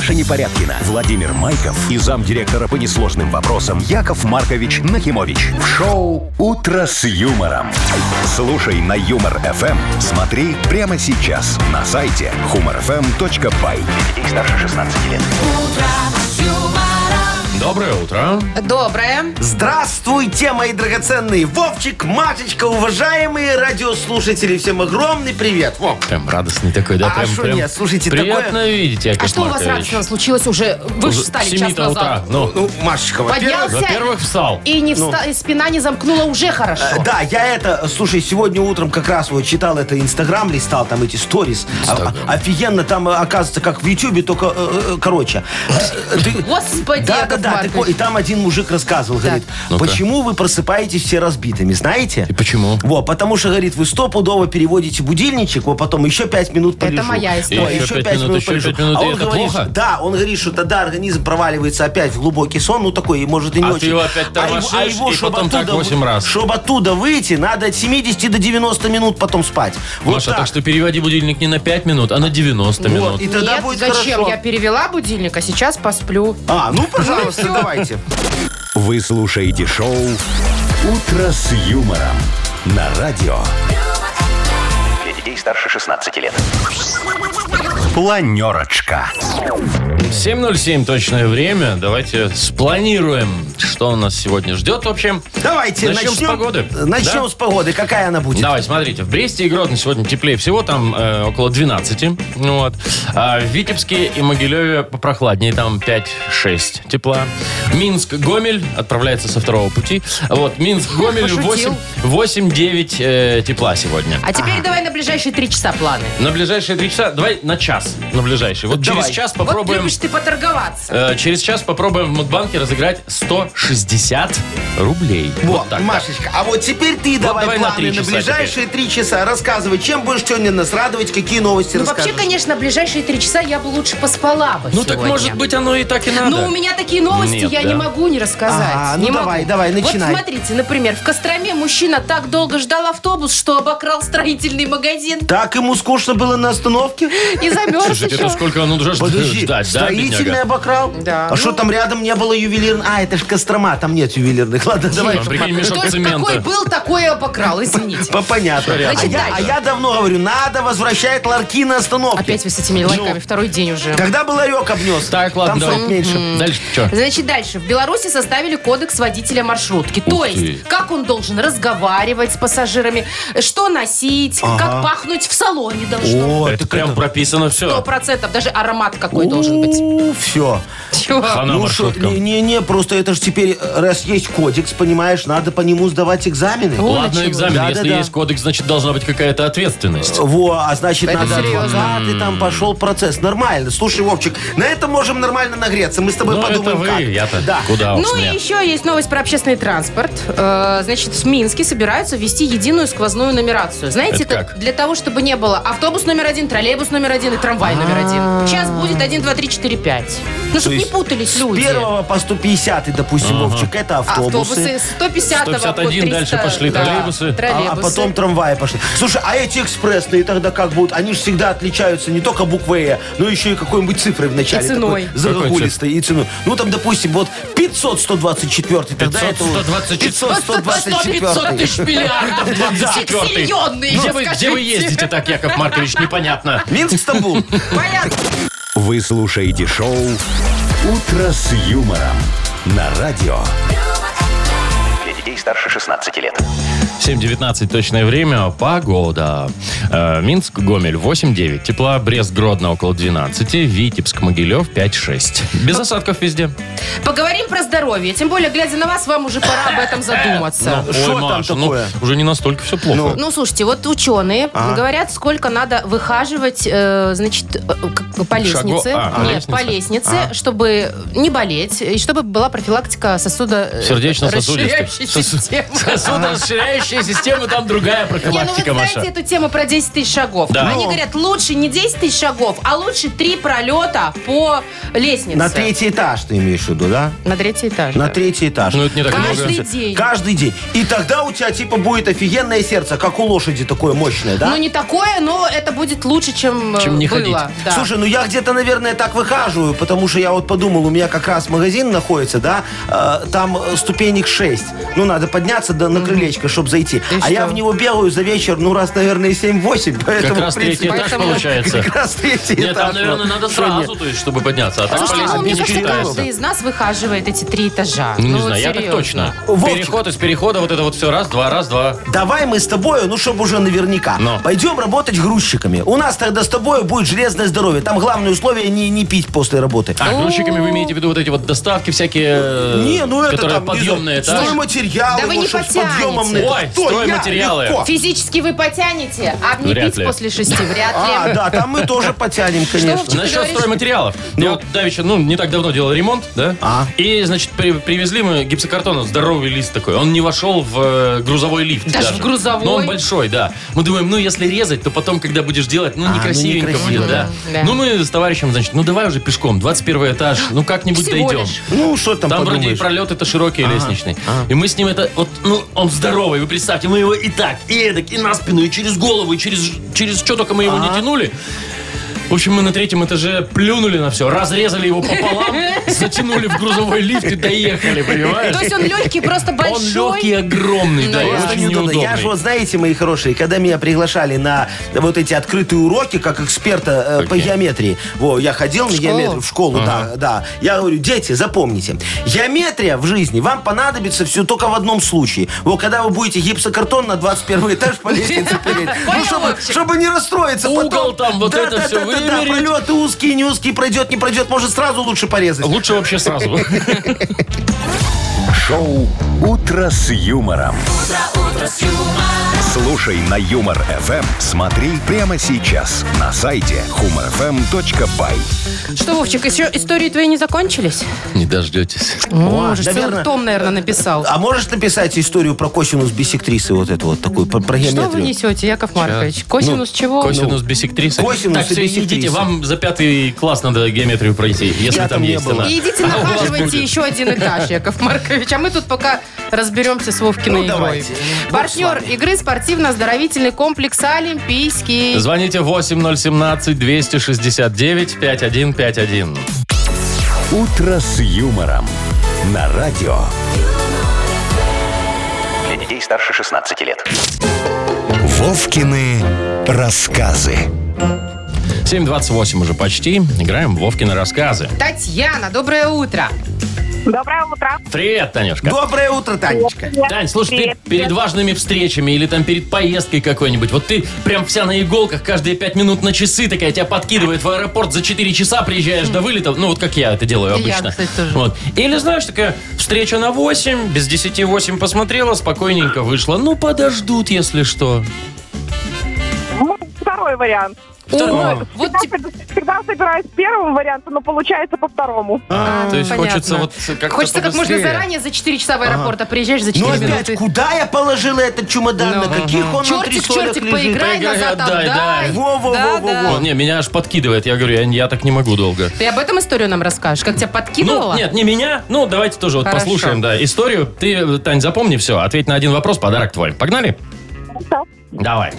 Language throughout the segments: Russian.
Маша Непорядкина, Владимир Майков и замдиректора по несложным вопросам Яков Маркович Нахимович. В шоу «Утро с юмором». Слушай на Юмор-ФМ. Смотри прямо сейчас на сайте humorfm.by. Для детей старше 16 лет. Доброе утро. Доброе. Здравствуйте, мои драгоценные. Вовчик, Машечка, уважаемые радиослушатели, всем огромный привет. Во. Прям радостный такой, да? А что нет, слушайте, приятно видеть, Яков А что у вас Маркович. радостного случилось уже? Вы же встали час 7 назад. утра. Ну, Машечка, Поднялся. во-первых, встал. И и спина не замкнула уже хорошо. Да, я слушай, сегодня утром как раз вот читал это Инстаграм, листал там эти сторис. Офигенно, там оказывается, как в Ютубе, только короче. Господи, Да, Яков Маркович. и там один мужик рассказывал, говорит, Ну-ка. почему вы просыпаетесь все разбитыми, знаете? И почему? Вот, потому что, говорит, вы стопудово переводите будильничек, вот потом еще 5 минут полежу. Это моя история. Ой, Еще еще 5 5 минут еще полежу. 5 минут, А и он это говорит, плохо? да, он говорит, что тогда организм проваливается опять в глубокий сон, ну такой, может и не А очень. ты его опять тормошишь, и чтоб потом так 8 раз. Чтобы оттуда выйти, надо от 70 до 90 минут потом спать. Вот Маша, так что переводи будильник не на 5 минут, а на 90 минут. Вот, и тогда Нет, будет зачем? хорошо. Я перевела будильник, а сейчас посплю. Ну, пожалуйста, давайте. Вы слушаете шоу «Утро с юмором» на радио. Для детей старше 16 лет. Планерочка. 7:07 точное время. Давайте спланируем, что у нас сегодня ждет. В общем, Давайте начнем с погоды. Начнем Да? с погоды. Какая она будет? Давай, смотрите, в Бресте и Гродно сегодня теплее всего, там около 12. Вот. А в Витебске и Могилеве попрохладнее, там 5-6 тепла. Минск, Гомель отправляется со второго пути. Вот, Минск, Гомель Пошутил. 8-9 тепла сегодня. А теперь давай на ближайшие 3 часа планы. На ближайшие 3 часа, давай на час, на ближайший. Вот Давай. через час Вот попробуем... любишь ты поторговаться. Через час попробуем в Мудбанке разыграть 160 рублей. Вот, так, да. Машечка, а вот теперь ты давай давай на планы 3 на часа ближайшие 3 часа. Рассказывай, чем будешь сегодня нас радовать, какие новости Ну, расскажешь. вообще, конечно, ближайшие 3 часа я бы лучше поспала бы Ну так сегодня. может быть оно и так и надо. Ну, у меня такие новости, Нет, я да. не могу не рассказать. Ну, Не давай, могу. давай, начинай. Вот смотрите, например, в Костроме мужчина так долго ждал автобус, что обокрал строительный магазин Так ему скучно было на остановке? и замерз Слушайте, еще. это сколько оно нужно Подожди, ждать, да, строительный бедняга? обокрал? Да. А что там рядом не было ювелирных? А, это ж Кострома, там нет ювелирных. Ладно, давай. Там, прикинь, мешок Кто цемента. какой был, такой и обокрал, извините. Понятно. Значит, Я дальше. давно говорю, надо возвращать ларьки на остановке. Опять вы с этими ларьками, второй день уже. Когда был ларек обнес? Так, ладно, Там давай. срок меньше. Дальше что? Значит, дальше. В Беларуси составили кодекс водителя маршрутки. То Ух ты. есть, как он должен разговаривать с пассажирами, что носить, как пахнуть в салоне должно. О, Это прям прописано все. 100%. Даже аромат какой должен быть. Все. Чего? Хана Ну что, маршрутка. не, просто это же теперь, раз есть кодекс, понимаешь, надо по нему сдавать экзамены. О, Ладно, началось. экзамен. Да, Если да, да. есть кодекс, значит, должна быть какая-то ответственность. А значит, Это надо серьезно. адвокаты, там пошел процесс. Нормально. Слушай, Вовчик, на этом можем нормально нагреться. Мы с тобой Ну, это подумаем, вы, как. я-то Да. куда уж Ну мне. и еще есть новость про общественный транспорт. Значит, в Минске собираются ввести единую сквозную нумерацию. Знаете, Это как? для того, чтобы не было автобус номер 1, троллейбус номер 1 и трамвай номер 1. Сейчас будет 1, 2, 3, 4, 5. Ну, чтобы не есть путались С люди. 1 по 150, допустим, Вовчик, это автобусы. Автобусы 150, 151, дальше пошли троллейбусы. А троллейбусы. потом трамваи пошли. Слушай, а эти экспрессные тогда как будут? Они же всегда отличаются не только буквой «э», но еще и какой-нибудь цифрой в начале. И ценой. Такой загогулистой. И ценой. Ну, там, допустим, вот 500-124. Тогда 500, это вот 124. 500 тысяч миллиардов. Сексиллионные, Где вы ездите так, Яков Маркович, непонятно. Минск, Стамбул. Понятно. Вы слушаете шоу «Утро с юмором» на радио. Для детей старше 16 лет. 7:19 точное время. Погода. Минск, Гомель 8-9. Тепла. Брест, Гродно около 12. Витебск, Могилев 5-6. Без осадков везде. Поговорим про здоровье. Тем более, глядя на вас, вам уже пора об этом задуматься. Ой, Что там Маша, такое? уже не настолько все плохо. Ну, слушайте, вот ученые говорят, сколько надо выхаживать, значит, по лестнице. по Нет, лестнице? по лестнице, чтобы не болеть, и чтобы была профилактика Сердечно-сосудистой. расширяющей системы. Сосудорасширяющей управляющая система, там другая Не, ну вы профилактика, знаете Маша. эту тему про 10 тысяч шагов? Да. Они говорят, лучше не 10 тысяч шагов, а лучше 3 пролета по лестнице. На 3-й этаж ты имеешь в виду, да? На 3-й этаж. На да. 3-й этаж. Ну, это не так Каждый много. день. Каждый день. И тогда у тебя типа будет офигенное сердце, как у лошади такое мощное, да? Ну, не такое, но это будет лучше, чем не было. ходить. Да. Слушай, ну я где-то, наверное, так выхаживаю, потому что я вот подумал, у меня как раз магазин находится, да, там ступенек 6. Ну, надо подняться на крылечко, чтобы зайти. И а я что? в него бегаю за вечер, ну, раз, наверное, 7-8. Поэтому, Как раз в принципе, третий этаж поэтому- получается. Как раз 3-й Нет, там, этаж. наверное, надо Что нет? сразу, то есть, чтобы подняться. А так по Слушайте, ну, лестнице мне не кажется, считается. каждый из нас выхаживает эти 3 этажа. Ну, не вот знаю, я так серьезно. точно. Вовчик. Переход из перехода, вот это вот все раз, два. Давай мы с тобой, ну, чтобы уже наверняка, Но. пойдем работать грузчиками. У нас тогда с тобой будет железное здоровье. Там главное условие не пить после работы. А, грузчиками вы имеете в виду вот эти вот доставки всякие, Не, ну это которые там подъемные этаж? стройматериалы, Да вы ну, не чтоб с подъемом. потянете. Ой, Кто? стройматериалы. Я? Легко. Физически вы потянете, а не Вряд пить ли. после 6 вряд А, ли. да, там мы тоже потянем, конечно. Вовчик? Насчет говоришь? стройматериалов. Я вот давеча, не так давно делал ремонт, да? И, значит, привезли мы гипсокартон, здоровый лист такой. Он не вошел в грузовой лифт. Даже в грузовой? Но он большой, да. Мы думаем, если резать, то потом, когда будешь делать, некрасивенько некрасиво, будет, да. да. Ну, мы с товарищем, значит, давай уже пешком, 21 этаж, как-нибудь Всего дойдем. лишь. Ну, что там Там вроде и подумаешь? пролет это широкий лестничный. И мы с ним это, он здоровый, вы представьте, мы его и так, и эдак, и на спину, и через голову, и через что только мы его не тянули. В общем, мы на 3-м этаже плюнули на все, разрезали его пополам, затянули в грузовой лифт и доехали, понимаешь? То есть он легкий, просто Он большой. легкий, огромный, да, и Ну, Просто очень неудобно. неудобный. Я же вот, знаете, мои хорошие, когда меня приглашали на вот эти открытые уроки, как эксперта по Какие? геометрии, я ходил на геометрию в школу, да. Я говорю, дети, запомните, геометрия в жизни вам понадобится все только в одном случае. Когда вы будете гипсокартон на 21 этаж по лестнице переть. Понял, Чтобы не расстроиться. Угол потом. там, вот это всё Да, вымерить. пролеты узкие, не узкие, пройдет, не пройдет, может сразу лучше порезать. Лучше вообще сразу. Шоу «Утро с юмором». Слушай на Юмор ФМ, смотри прямо сейчас на сайте humorfm.by. Что, Вовчик, еще истории твои не закончились? Не дождетесь. Уже наверное, целый том, наверное, написал. А можешь написать историю про косинус бисектрисы, вот эту вот такую, про Что геометрию? вы несете, Яков Маркович? Косинус чего? Косинус бисектрисы. Косинус Так, и все, бисектриса. идите, вам за 5 класс надо геометрию пройти, если Я там там не есть был. она. И идите А у вас нахаживайте будет. еще один этаж, Яков Маркович. А мы тут пока разберемся с Вовкиной Ну, игрой. давайте. Бог Партнер с вами. игры спортивно-оздоровительный комплекс «Олимпийский». Звоните 8017-269-5151. «Утро с юмором» на радио. Для детей старше 16 лет. Вовкины рассказы. 7:28 уже почти. Играем в Вовкины рассказы. Татьяна, доброе утро. Доброе утро. Привет, Танюшка. Доброе утро, Танечка. Тань, слушай, Привет, ты перед важными встречами или там перед поездкой какой-нибудь, вот ты прям вся на иголках, каждые 5 минут на часы такая тебя подкидывает в аэропорт, за 4 часа приезжаешь до вылета, вот как я это делаю И я, обычно. кстати, тоже. Вот. Или, знаешь, такая встреча на 8, без 10:08 посмотрела, спокойненько вышла. подождут, если что. Второй вариант. О, вот Всегда собираюсь первым вариантом, но получается по второму. То есть понятно. хочется вот как-то Хочется как можно побыстрее. заранее за 4 часа в аэропорт, а приезжаешь за 4 Ну опять, минуты. куда я положила этот чемодан? На каких он внутри Чертик, слоях чертик, лежит? поиграй, Поиграй, назад отдай, отдай. да. Во-во-во-во-во. Не, меня аж подкидывает. Я говорю, я так не могу долго. Ты об этом историю нам расскажешь? Как тебя подкидывала? Нет, не меня. Давайте тоже вот Хорошо. послушаем, да, историю. Ты, Тань, запомни все. Ответь на один вопрос, подарок твой. Погнали? Давай.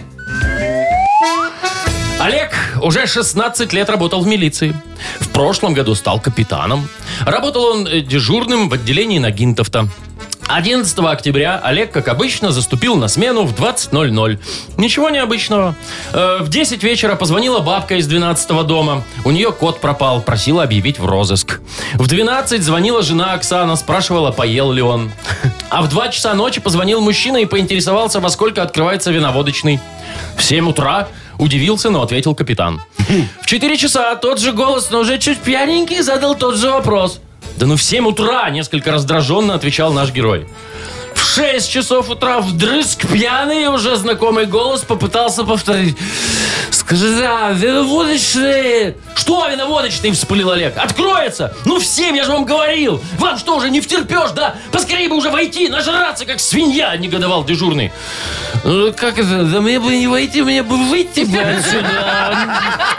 Олег уже 16 лет работал в милиции. В прошлом году стал капитаном. Работал он дежурным в отделении Нагинтов-то. 11 октября Олег, как обычно, заступил на смену в 20:00. Ничего необычного. В 10 вечера позвонила бабка из 12-го дома. У нее кот пропал, просила объявить в розыск. В 12 звонила жена Оксана, спрашивала, поел ли он. А в 2 часа ночи позвонил мужчина и поинтересовался, во сколько открывается виноводочный. В 7 утра удивился, но ответил капитан. В 4 часа тот же голос, но уже чуть пьяненький, задал тот же вопрос. Да в 7 утра, несколько раздраженно отвечал наш герой. В 6 часов утра вдрызг пьяный, уже знакомый голос попытался повторить. Скажи, да, виноводочный, Что виноводочный, вспылил Олег. Откроется! Ну в 7, я же вам говорил! Вам что, уже не втерпешь, да? Поскорее бы уже войти, нажраться, как свинья, негодовал дежурный. Как это? Да мне бы не войти, мне бы выйти бы отсюда.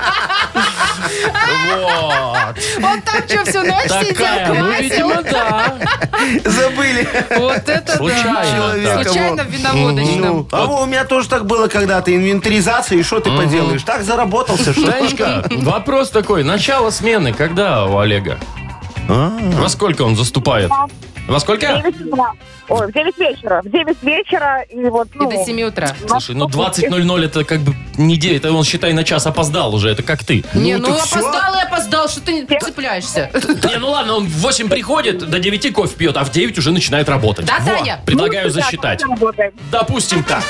Вот. Он там что, всю ночь сидел, Такая, ну, видимо, да. Забыли. Вот это Случайно. да. Случайно в виноводочном. А у меня тоже так было когда-то. Инвентаризация, и что ты поделаешь? Так заработался, что? Танечка, вопрос такой. Начало смены когда у Олега? Во сколько он заступает? Во сколько? 9 утра. Ой, в 9 вечера. В 9 вечера и вот, И до 7 утра. Слушай, ну 20:00 это как бы не 9, это он, считай, на час опоздал уже, это как ты. Не, ну так всё. опоздал и опоздал, что ты не цепляешься? Не, ну ладно, он в 8 приходит, до 9 кофе пьет, а в 9 уже начинает работать. Да, Во, Таня? предлагаю засчитать. Допустим так.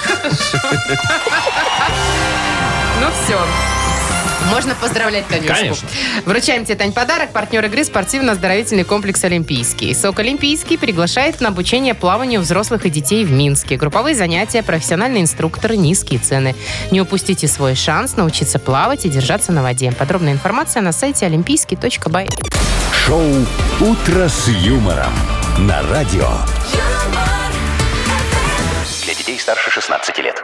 Ну все. Можно поздравлять Танюшку. Конечно. Вручаем тебе, Тань, подарок. Партнер игры спортивно-оздоровительный комплекс «Олимпийский». СОК «Олимпийский» приглашает на обучение плаванию взрослых и детей в Минске. Групповые занятия, профессиональные инструкторы, низкие цены. Не упустите свой шанс научиться плавать и держаться на воде. Подробная информация на сайте олимпийский.бай. Шоу «Утро с юмором» на радио. Для детей старше 16 лет.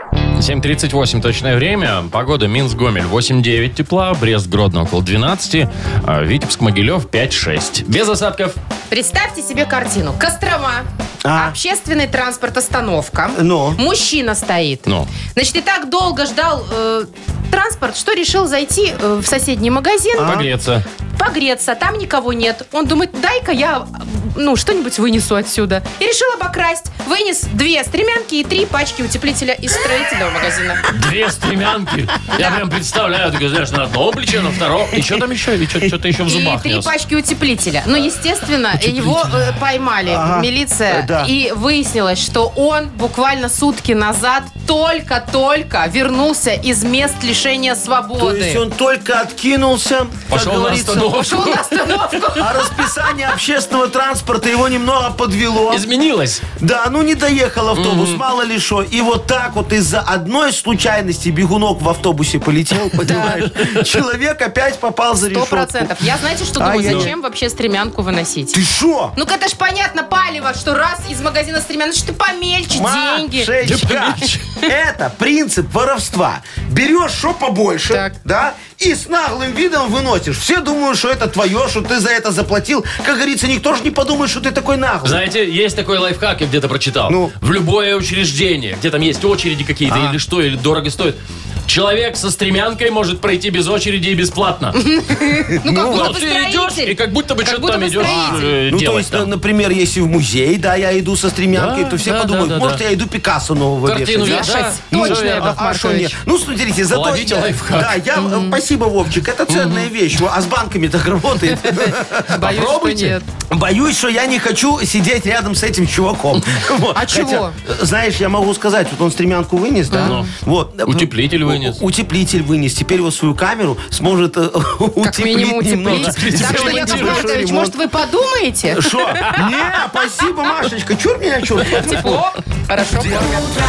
7:38 точное время. Погода: Минск-Гомель 8-9 тепла, Брест-Гродно около 12, Витебск-Могилев 5-6. Без осадков. Представьте себе картину. Кострома. Общественный транспорт, остановка. Ну? Мужчина стоит. Ну. Значит, и так долго ждал транспорт, что решил зайти в соседний магазин. Погреться. Погреться, там никого нет. Он думает, дай-ка я что-нибудь вынесу отсюда. И решил обокрасть. Вынес 2 стремянки и 3 пачки утеплителя из строительного магазина. 2 стремянки. Я прям представляю, ты знаешь, на одном плече, на втором. И что там еще? И что-то еще в И зубах 3 нес. пачки утеплителя. Ну, естественно, его поймали. Милиция. Да. И выяснилось, что он буквально сутки назад только-только вернулся из мест лишения То свободы. есть он только откинулся, Пошел как на говорится, остановку. Пошел на остановку. а расписание общественного транспорта его немного подвело. Изменилось. Да, ну не доехал автобус, мало ли что. И вот так вот из-за одной случайности бегунок в автобусе полетел, понимаешь? Человек опять попал за решетку. 100%. Я, знаете, что думаю? Ай-яй. Зачем вообще стремянку выносить? Ты шо? Ну-ка, это ж понятно, палево, что раз из магазина стремянок, что ты помельче, деньги. Машечка, это принцип воровства. Берешь что побольше, Так. да, и с наглым видом выносишь. Все думают, что это твое, что ты за это заплатил. Как говорится, никто же не подумает, что ты такой наглый. Знаете, есть такой лайфхак, я где-то прочитал. Ну? В любое учреждение, где там есть очереди какие-то или что, или дорого стоит, человек со стремянкой может пройти без очереди и бесплатно. Ну, как будто Вот бы ты идешь, и строитель. как будто бы Как что-то будто там бы идешь строитель. Ну, то делать есть, там. например, если в музей, да, я иду со стремянкой, Да, то все да, подумают, да, да, может, да. я иду Пикассо нового Картину вешать. вешать. Вешать. Да. Точно, Ну, Яков А что нет? Маркович. Ну, смотрите, зато... Ловите лайфхак. Да, я... Спасибо, Вовчик, это ценная вещь. А с банками так работает. Боюсь, что Попробуйте. нет. Боюсь, что я не хочу сидеть рядом с этим чуваком. Вот. А чего? Знаешь, я могу сказать, вот он стремянку вынес, да? Ну. Вот. Утеплитель вынес. Утеплитель вынес. Теперь вот свою камеру сможет Как минимум утеплить утеплить. немного. Так что, Яков Маркович, может, вы подумаете? Что? Не, спасибо, Машечка. Чур меня, чур. Тепло. Хорошо кормят.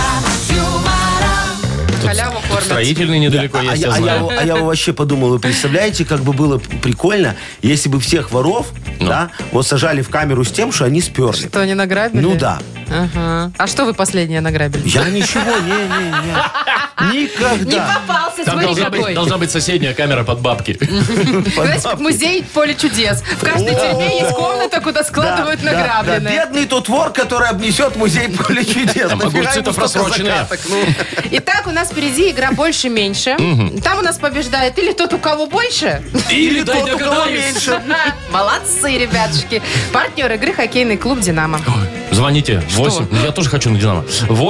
Халяву кормят. Строительный недалеко есть, я знаю. А я вообще подумал, вы представляете, как бы было прикольно, если бы всех воров, да, вот сажали в камеру с тем, что они сперли. Что, не награбили? Ну да. Ага. А что вы последнее награбили? Я ничего, не. Никогда. Не попался, Там смотри какой. должна быть соседняя камера под бабки. Знаете, как музей «Поле чудес». В каждой тюрьме есть комната, куда складывают Да, награбленное. бедный тот вор, который обнесет музей «Поле чудес». Там Нафига огурцы-то ему столько просроченные. закаток, ну? Итак, у нас впереди игра «Больше-меньше». Там у нас побеждает или тот, у кого больше, Или тот, у кого меньше. молодцы, ребятушки. Партнер игры хоккейный клуб «Динамо». Звоните. 8. Я тоже хочу на Динамо.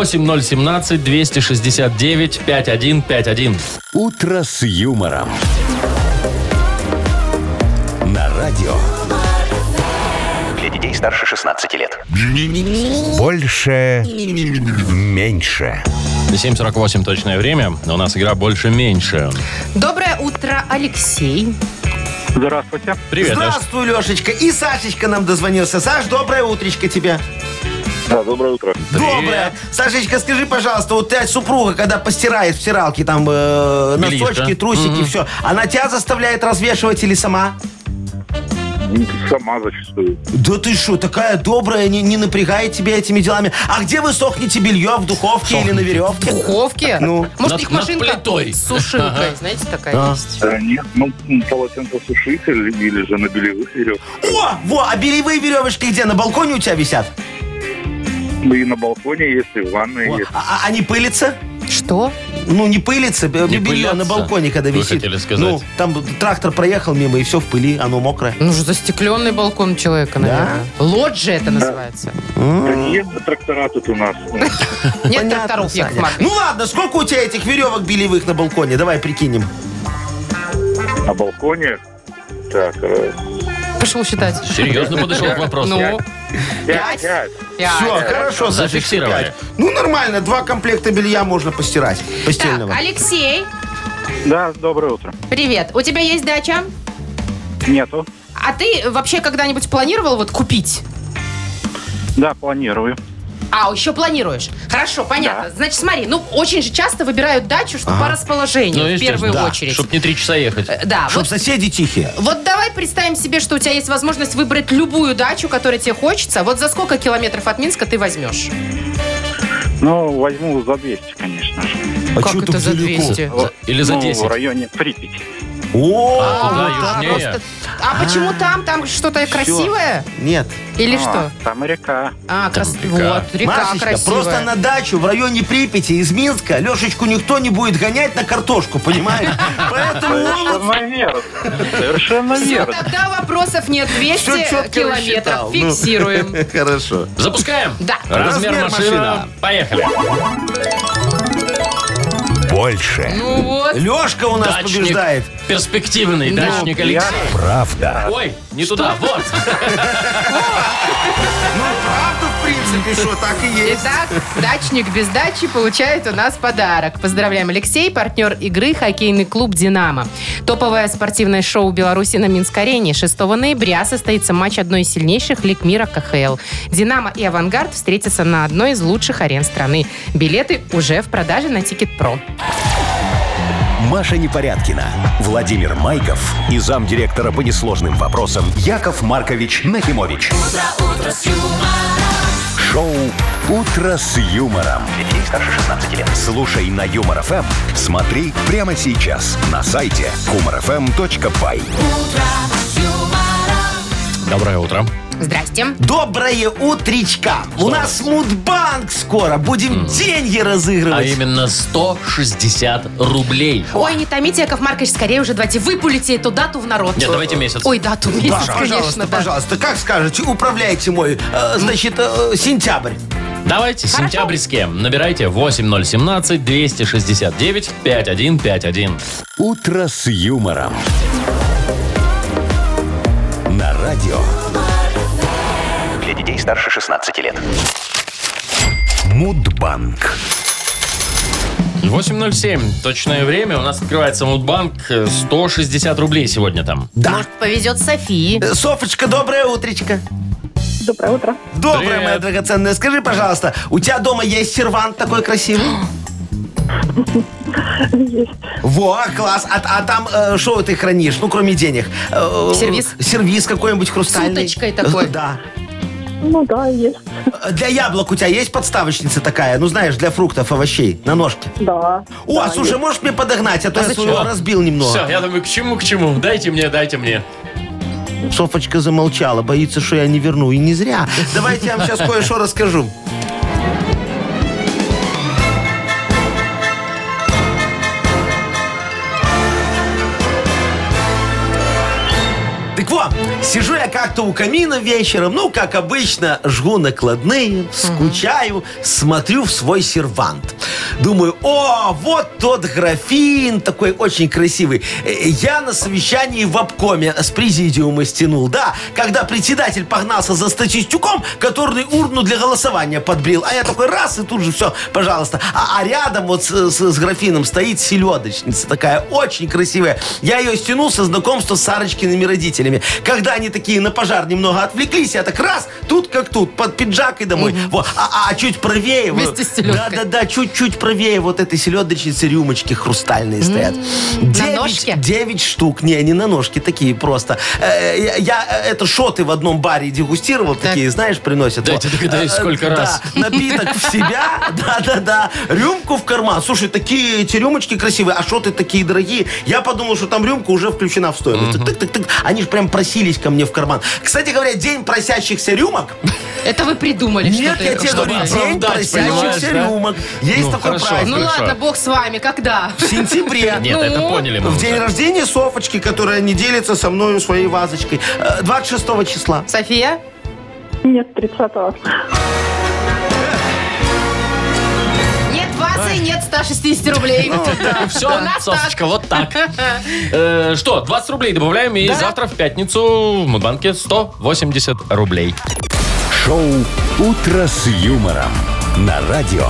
8017-269-5151. «Утро с юмором». На радио. Для детей старше 16 лет. Больше. Меньше. 7:48 точное время. У нас игра «Больше-меньше». Доброе утро, Алексей. Здравствуйте. Привет, Даш. Здравствуй, Лешечка. И Сашечка нам дозвонился. Саш, доброе утречко тебе. Да, доброе утро. Доброе. Сашечка, скажи, пожалуйста, вот ты супруга, когда постирает в стиралке там носочки, трусики, все, она тебя заставляет развешивать или сама? Сама зачастую. Да ты что, такая добрая, не напрягает тебя этими делами. А где вы сохнете белье? В духовке или на веревке? В духовке? Ну. Может, Над их машинка плитой. с сушилкой, знаете, такая есть. Нет, полотенцесушитель или же на белевых веревках. А белевые веревочки где? На балконе у тебя висят? И на балконе есть, и в ванной есть. А они пылятся? Что? Ну, не пылится, белье пылятся? на балконе, когда Вы висит. хотели сказать. Ну, там трактор проехал мимо, и все в пыли, оно мокрое. Ну, же застекленный балкон человека, наверное. Лоджия это называется. Да нет трактора тут у нас. Нет Понятно, тракторов, Яков Саня. Маркович. Ну ладно, сколько у тебя этих веревок белевых на балконе? Давай прикинем. На балконе. Так, Пошел считать. Серьезно подошел к вопросу. Ну, 5. Все, хорошо, Сашечка, Зафиксировали. 5. Ну, нормально, 2 комплекта белья можно постирать. так, Постельного. Алексей, Да, доброе утро. привет. У тебя есть дача? Нету. А ты вообще когда-нибудь планировал вот купить? Да, планирую. А, еще планируешь. Хорошо, понятно. Да. Значит, смотри, ну, очень же часто выбирают дачу, что по расположению, Ну, в первую да, очередь. Чтоб не 3 часа ехать. Да, Чтоб вот, соседи тихие. вот давай представим себе, что у тебя есть возможность выбрать любую дачу, которая тебе хочется. Вот за сколько километров от Минска ты возьмешь? Ну, возьму за 200, конечно же. А Как чё это так за далеко? 200? Или за Ну, 10. в районе Припяти. О, туда вот так южнее. вот. А почему там? Там что-то красивое? Нет. Или что? Там река. А, Там река. вот, река Машечка, красивая. просто на дачу в районе Припяти из Минска Лешечку никто не будет гонять на картошку, понимаешь? Поэтому Совершенно верно. Совершенно Всё, верно. тогда вопросов нет. 200 Всё чётко километров. рассчитал. Ну. Фиксируем. Хорошо. Запускаем? Да. Размер Размер машины. машина. Поехали. Больше. Ну вот. Лешка у нас Дачник. побеждает. Перспективный дачник Алексей. Правда. Ой, не туда. Вот. Ну, правда, в принципе, что так и есть. Итак, дачник без дачи получает у нас подарок. Поздравляем, Алексей, партнер игры хоккейный клуб «Динамо». Топовое спортивное шоу Беларуси на Минск-арене. 6 ноября состоится матч одной из сильнейших лиг мира КХЛ. «Динамо» и «Авангард» встретятся на одной из лучших арен страны. Билеты уже в продаже на Тикет.Про. Маша Непорядкина, Владимир Майков и замдиректора по несложным вопросам Яков Маркович Нахимович. Шоу «Утро с юмором». Для детей старше 16 лет. Слушай на Юмор ФМ, смотри прямо сейчас на сайте humorfm.by. Доброе утро. Здрасте. Доброе утречка. У нас Мудбанк скоро. Будем деньги А разыгрывать. именно 160 рублей. Ой, не томите, Яков Маркович, скорее уже давайте выпулите эту дату в народ. Нет, давайте месяц. Ой, дату, месяц, Да, конечно, пожалуйста, да. пожалуйста. Как скажете, управляйте мой. Значит, сентябрь. Давайте, сентябрьские. Набирайте 8017-269-5151. «Утро с юмором». На радио Для детей старше 16 лет. Мудбанк. 8:07. Точное время. У нас открывается Мудбанк. 160 рублей сегодня там. Может, повезет Софии. Софочка, доброе утречко. Доброе утро. Доброе, Привет. моя драгоценная. Скажи, пожалуйста, у тебя дома есть сервант такой красивый? Есть. Во, класс. А там что ты хранишь? Ну, кроме денег. Сервиз? Сервиз какой-нибудь хрустальный. С уточкой такой. Да. Ну да, есть. Для яблок у тебя есть подставочница такая? Ну, знаешь, для фруктов, овощей, на ножке. Да. О, да, слушай, можешь мне подогнать, а то я зачем? своего разбил немного. Все, я думаю, к чему? Дайте мне. Софочка замолчала, боится, что я не верну. И не зря. Давайте я вам сейчас кое-что расскажу. Так вот, сижу я как-то у камина вечером, ну, как обычно, жгу накладные, скучаю, смотрю в свой сервант. Думаю, о, вот тот графин, такой очень красивый. Я на совещании в обкоме с президиума стянул, да, когда председатель погнался за статистюком, который урну для голосования подбрил. А я такой раз, и тут же все, пожалуйста. А рядом вот с графином стоит селедочница такая, очень красивая. Я ее стянул со знакомства с Сарочкиными родителями. Когда когда они такие на пожар немного отвлеклись, я так раз, тут как тут, под пиджак и домой. Вот. А чуть правее... Вместе с селедкой. Да, чуть-чуть правее вот этой селедочницы рюмочки хрустальные стоят. На ножке? 9 штук. Не на ножке, такие просто. Я это шоты в одном баре дегустировал, такие, знаешь, приносят. Дайте догадаюсь, сколько раз. Да, напиток в себя, да, рюмку в карман. Слушай, такие эти рюмочки красивые, а шоты такие дорогие. Я подумал, что там рюмка уже включена в стоимость. Тык-тык-тык. Они же прям просились ко мне в карман. Кстати говоря, день просящихся рюмок. Это вы придумали Нет, что-то. я тебе говорю, день оправдать, просящихся понимаешь, да? рюмок. Есть Ну, такой хорошо. праздник. Ну Хорошо. ладно, бог с вами, когда? В сентябре. Нет, это поняли мы В уже. день рождения Софочки, которая не делится со мною своей вазочкой. 26 числа. София? Нет, 30-го. Нет вазы, нет 160 рублей. Все, У нас Софочка, вот так. Что, 20 рублей добавляем, и завтра в пятницу в Мудбанке 180 рублей. Шоу «Утро с юмором» на радио.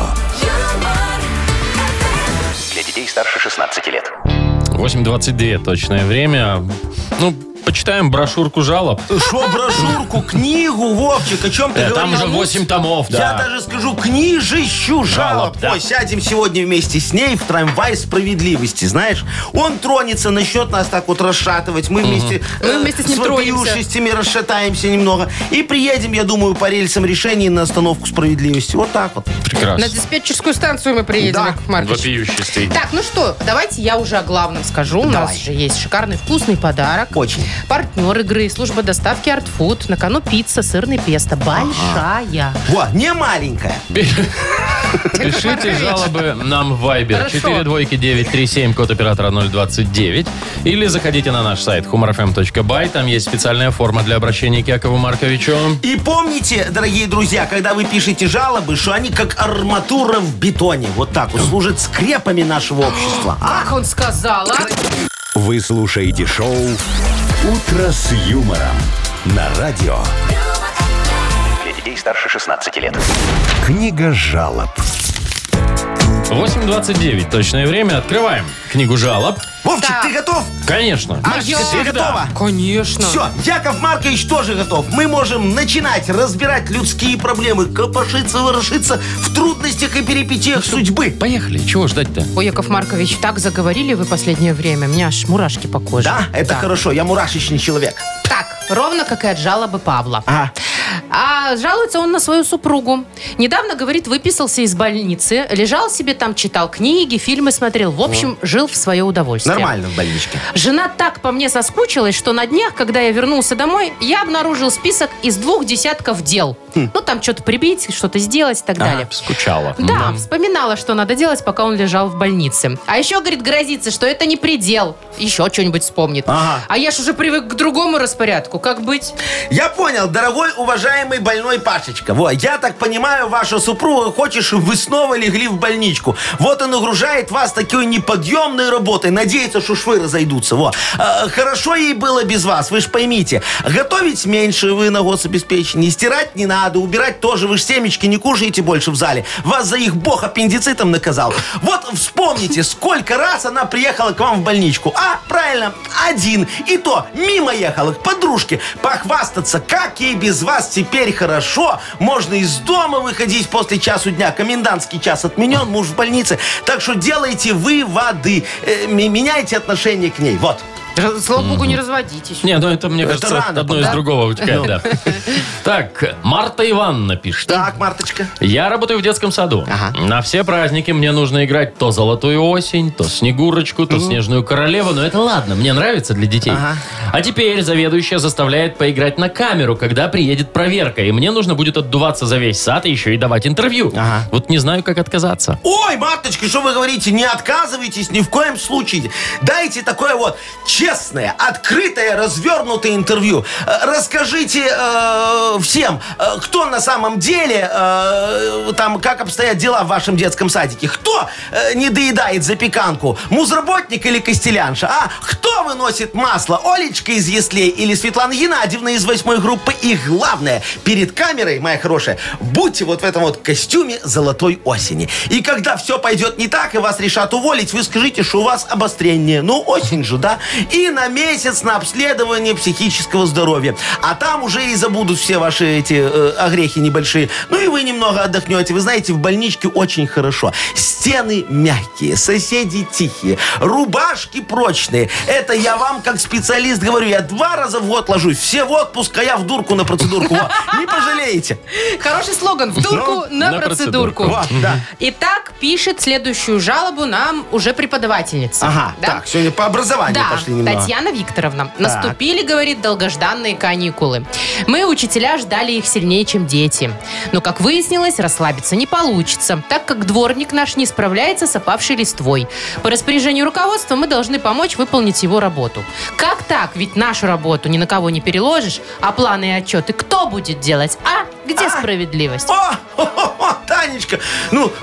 Для детей старше 16 лет. 8:22 точное время. Ну, почитаем брошюрку жалоб. Шо, брошюрку, книгу, Вовчик, о чем ты Там говоришь? уже 8 томов, Я да. даже скажу книжищу жалоб. да. Ой, сядем сегодня вместе с ней в трамвай справедливости, знаешь? Он тронется, начнет нас так вот расшатывать. Мы вместе, Мы вместе с ним троимся. вопиюшестями расшатаемся немного. И приедем, я думаю, по рельсам решений на остановку справедливости. Вот так вот. На Прекрасно. диспетчерскую станцию мы приедем, Да. Яков Маркович. Вопиющий стоит. Так, ну что, давайте я уже о главном скажу. У нас же есть шикарный вкусный подарок. Очень. Партнер игры, служба доставки Art Food. На кону пицца, сырный песто. Большая. Во, не маленькая. Пишите жалобы нам в Viber. Хорошо. 42937, код оператора 029. Или заходите на наш сайт humorfm.by. Там есть специальная форма для обращения к Якову Марковичу. И помните, дорогие друзья, когда вы пишете жалобы, что они как арматура в бетоне. Вот так вот служат скрепами нашего общества. Как он сказал, а? Вы слушаете шоу «Утро с юмором» на радио. Для детей старше 16 лет. Книга жалоб. 8:29 точное время. Открываем книгу жалоб. Вовчик, Так. ты готов? Конечно. Машечка, ты готова? Конечно. Все, Яков Маркович тоже готов. Мы можем начинать разбирать людские проблемы, копошиться, ворошиться в трудностях и перипетиях судьбы. Поехали. Чего ждать-то? Ой, Яков Маркович, так заговорили вы последнее время. У меня аж мурашки по коже. Да, это хорошо, я мурашечный человек. Так, ровно как и от жалобы Павла. Ага. А жалуется он на свою супругу. Недавно, говорит, выписался из больницы, лежал себе там, читал книги, фильмы смотрел. В общем, жил в свое удовольствие. Нормально в больничке. Жена так по мне соскучилась, что на днях, когда я вернулся домой, я обнаружил список из 2 десятков дел. Ну, там что-то прибить, что-то сделать и так далее. Скучала. Да, вспоминала, что надо делать, пока он лежал в больнице. А еще, говорит, грозится, что это не предел. Еще что-нибудь вспомнит. Ага. А я ж уже привык к другому распорядку. Как быть? Я понял, дорогой, уважаемый больной Пашечка. Вот, я так понимаю, ваша супруга хочет, чтобы вы снова легли в больничку. Вот он нагружает вас такой неподъемной работой. Надеется, что швы разойдутся. Вот. Хорошо ей было без вас, вы ж поймите. Готовить меньше вы на гособеспечении, стирать не надо, убирать тоже. Вы ж семечки не кушаете больше в зале. Вас за их бог аппендицитом наказал. Вот вспомните, сколько раз она приехала к вам в больничку. А, правильно, 1. И то мимо ехала к подружке похвастаться, как ей без вас теперь хорошо. Можно из дома выходить после часу дня. Комендантский час отменен, муж в больнице. Так что делайте выводы. Меняйте отношение к ней. Вот. Слава богу, не разводитесь. Не, ну это, мне Это кажется, рано одно пока. из другого вытекает, да. Так, Марта Ивановна пишет. Так, Марточка. Я работаю в детском саду. Ага. На все праздники мне нужно играть то «Золотую осень», то «Снегурочку», то «Снежную королеву». Но это ладно, мне нравится для детей. Ага. А теперь заведующая заставляет поиграть на камеру, когда приедет проверка. И мне нужно будет отдуваться за весь сад и еще и давать интервью. Ага. Вот не знаю, как отказаться. Ой, Марточка, что вы говорите? Не отказывайтесь ни в коем случае. Дайте такое вот честное, открытое, развернутое интервью. Расскажите всем, кто на самом деле, там, как обстоят дела в вашем детском садике. Кто не доедает запеканку? Музработник или костелянша? А кто выносит масло? Олечка из Яслей или Светлана Геннадьевна из 8-й группы? И главное, перед камерой, моя хорошая, будьте вот в этом вот костюме золотой осени. И когда все пойдет не так, и вас решат уволить, вы скажите, что у вас обострение. Ну, осень же, да? и на месяц на обследование психического здоровья. А там уже и забудут все ваши эти огрехи небольшие. Ну и вы немного отдохнете. Вы знаете, в больничке очень хорошо. Стены мягкие, соседи тихие, рубашки прочные. Это я вам как специалист говорю. Я 2 раза в год ложусь. Все в отпуск, а я в дурку на процедурку. Во, не пожалеете. Хороший слоган. В дурку на процедурку. Вот, да. Итак, пишет следующую жалобу нам уже преподавательница. Ага, Да? так, сегодня по образованию Да, пошли немного. Татьяна Викторовна. Наступили, говорит, долгожданные каникулы. Мы, учителя, ждали их сильнее, чем дети. Но, как выяснилось, расслабиться не получится, так как дворник наш не справляется с опавшей листвой. По распоряжению руководства мы должны помочь выполнить его работу. Как так? Ведь нашу работу ни на кого не переложишь, а планы и отчеты кто будет делать? А? Где справедливость? О, Танечка, ну,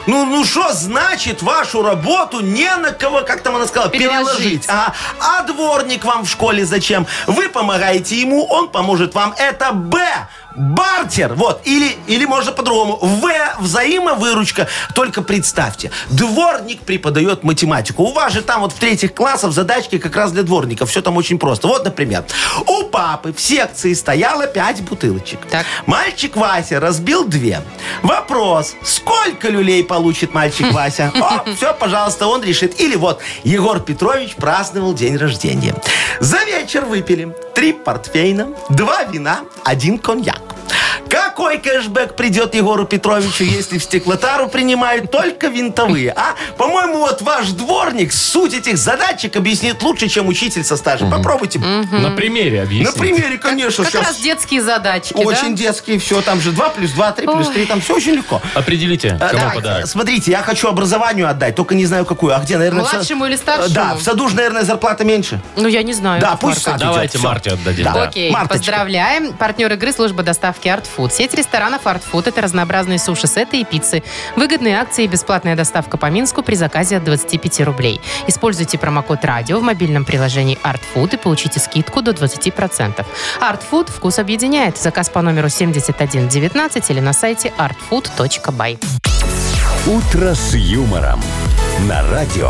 что значит вашу работу не на кого, как там она сказала, переложить? А дворник вам в школе зачем? Вы помогаете ему, он поможет вам. Это Б. Бартер. Вот. Или можно по-другому. В. Взаимовыручка. Только представьте, дворник преподает математику. У вас же там вот в 3 классах задачки как раз для дворников. Все там очень просто. Вот, например, у папы в секции стояло 5 бутылочек. Так. Мальчик Вася разбил 2. Вопрос. Сколько люлей получит мальчик Вася? О, все, пожалуйста, он решит. Или вот, Егор Петрович праздновал день рождения. За вечер выпили 3 портвейна, 2 вина, 1 коньяк. Какой кэшбэк придет Егору Петровичу, если в стеклотару принимают только винтовые? А? По-моему, вот ваш дворник суть этих задачек объяснит лучше, чем учитель со стажем. Попробуйте. На примере объяснить. На примере, конечно. Как раз детские задачки, Очень да? детские, все. Там же 2 плюс 2, 3 плюс 3. Там все очень легко. Определите, кому Так, подарок. смотрите, я хочу образованию отдать, только не знаю какую. А где, наверное, Младшему или старшему? Да, в саду же, наверное, зарплата меньше. Ну, я не знаю. Да, Яков пусть Маркович. сад Давайте идет, всё. Марте отдадим. Да. Да. Окей, Марточка. поздравляем. Партнер игры — служба доставки Art Food. Сеть ресторанов Art Food — это разнообразные суши-сеты и пиццы. Выгодные акции и бесплатная доставка по Минску при заказе от 25 рублей. Используйте промокод «Радио» в мобильном приложении Art Food и получите скидку до 20%. Art Food — вкус объединяет. Заказ по номеру 7119 или на сайте artfood.by. «Утро с юмором» на радио.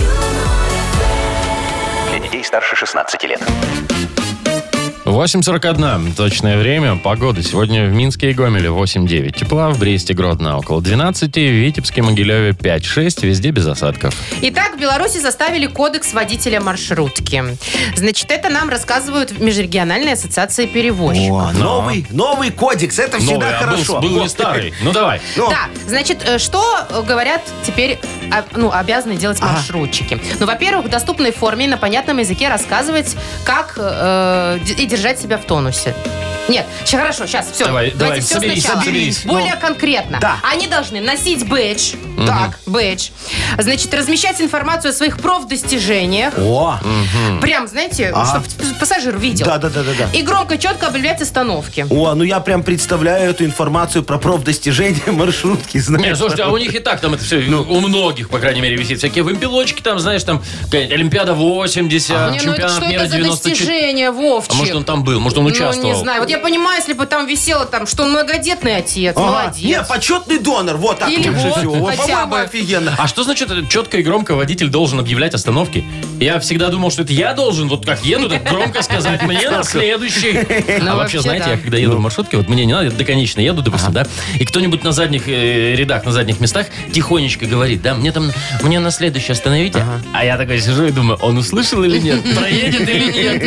Для детей старше 16 лет. 8:41 точное время. Погода сегодня в Минске и Гомеле 8-9 тепла, в Бресте, Гродно около 12, в Витебске, Могилеве 5-6, везде без осадков. Итак, в Беларуси составили кодекс водителя маршрутки. Значит, это нам рассказывают в Межрегиональной ассоциации перевозчиков. О, новый кодекс, это всегда Новый, а хорошо. был не Вот. старый. Ну давай. Ну, Да, значит, что говорят теперь, обязаны делать маршрутчики? Ну, во-первых, в доступной форме и на понятном языке рассказывать, как и держать себя в тонусе. Нет, хорошо, сейчас, все. Давай, Давайте все соберись, сначала. соберись. Более конкретно. Да. Они должны носить бэдж. Так, бэдж. Значит, размещать информацию о своих профдостижениях. О, Прям, знаете, чтобы пассажир видел. Да. И громко, четко объявлять остановки. ну я прям представляю эту информацию про профдостижения маршрутки, знаешь. Не, слушайте, а у них и так там это все, у многих, по крайней мере, висит. Всякие вымпелочки там, знаешь, там Олимпиада 80, Не, ну это чемпионат что мира это за 94. достижение, Вовчик? А может он там был, может он участвовал. Ну, не знаю. Вот я понимаю, если бы там висело, там, что он многодетный отец, Ага. молодец. Не, почетный донор, вот так Или лучше вот, всего. Вот, хотя по-моему, бы. офигенно. А что значит четко и громко водитель должен объявлять остановки? Я всегда думал, что это я должен, вот как еду, так громко сказать, мне на следующий. Ну, А вообще, вообще, знаете, да. я когда еду в маршрутке, вот мне не надо, я до конечной еду, допустим, да, и кто-нибудь на задних рядах, на задних местах тихонечко говорит, да, мне на следующий остановите, а я такой сижу и думаю, он услышал или нет, проедет или нет.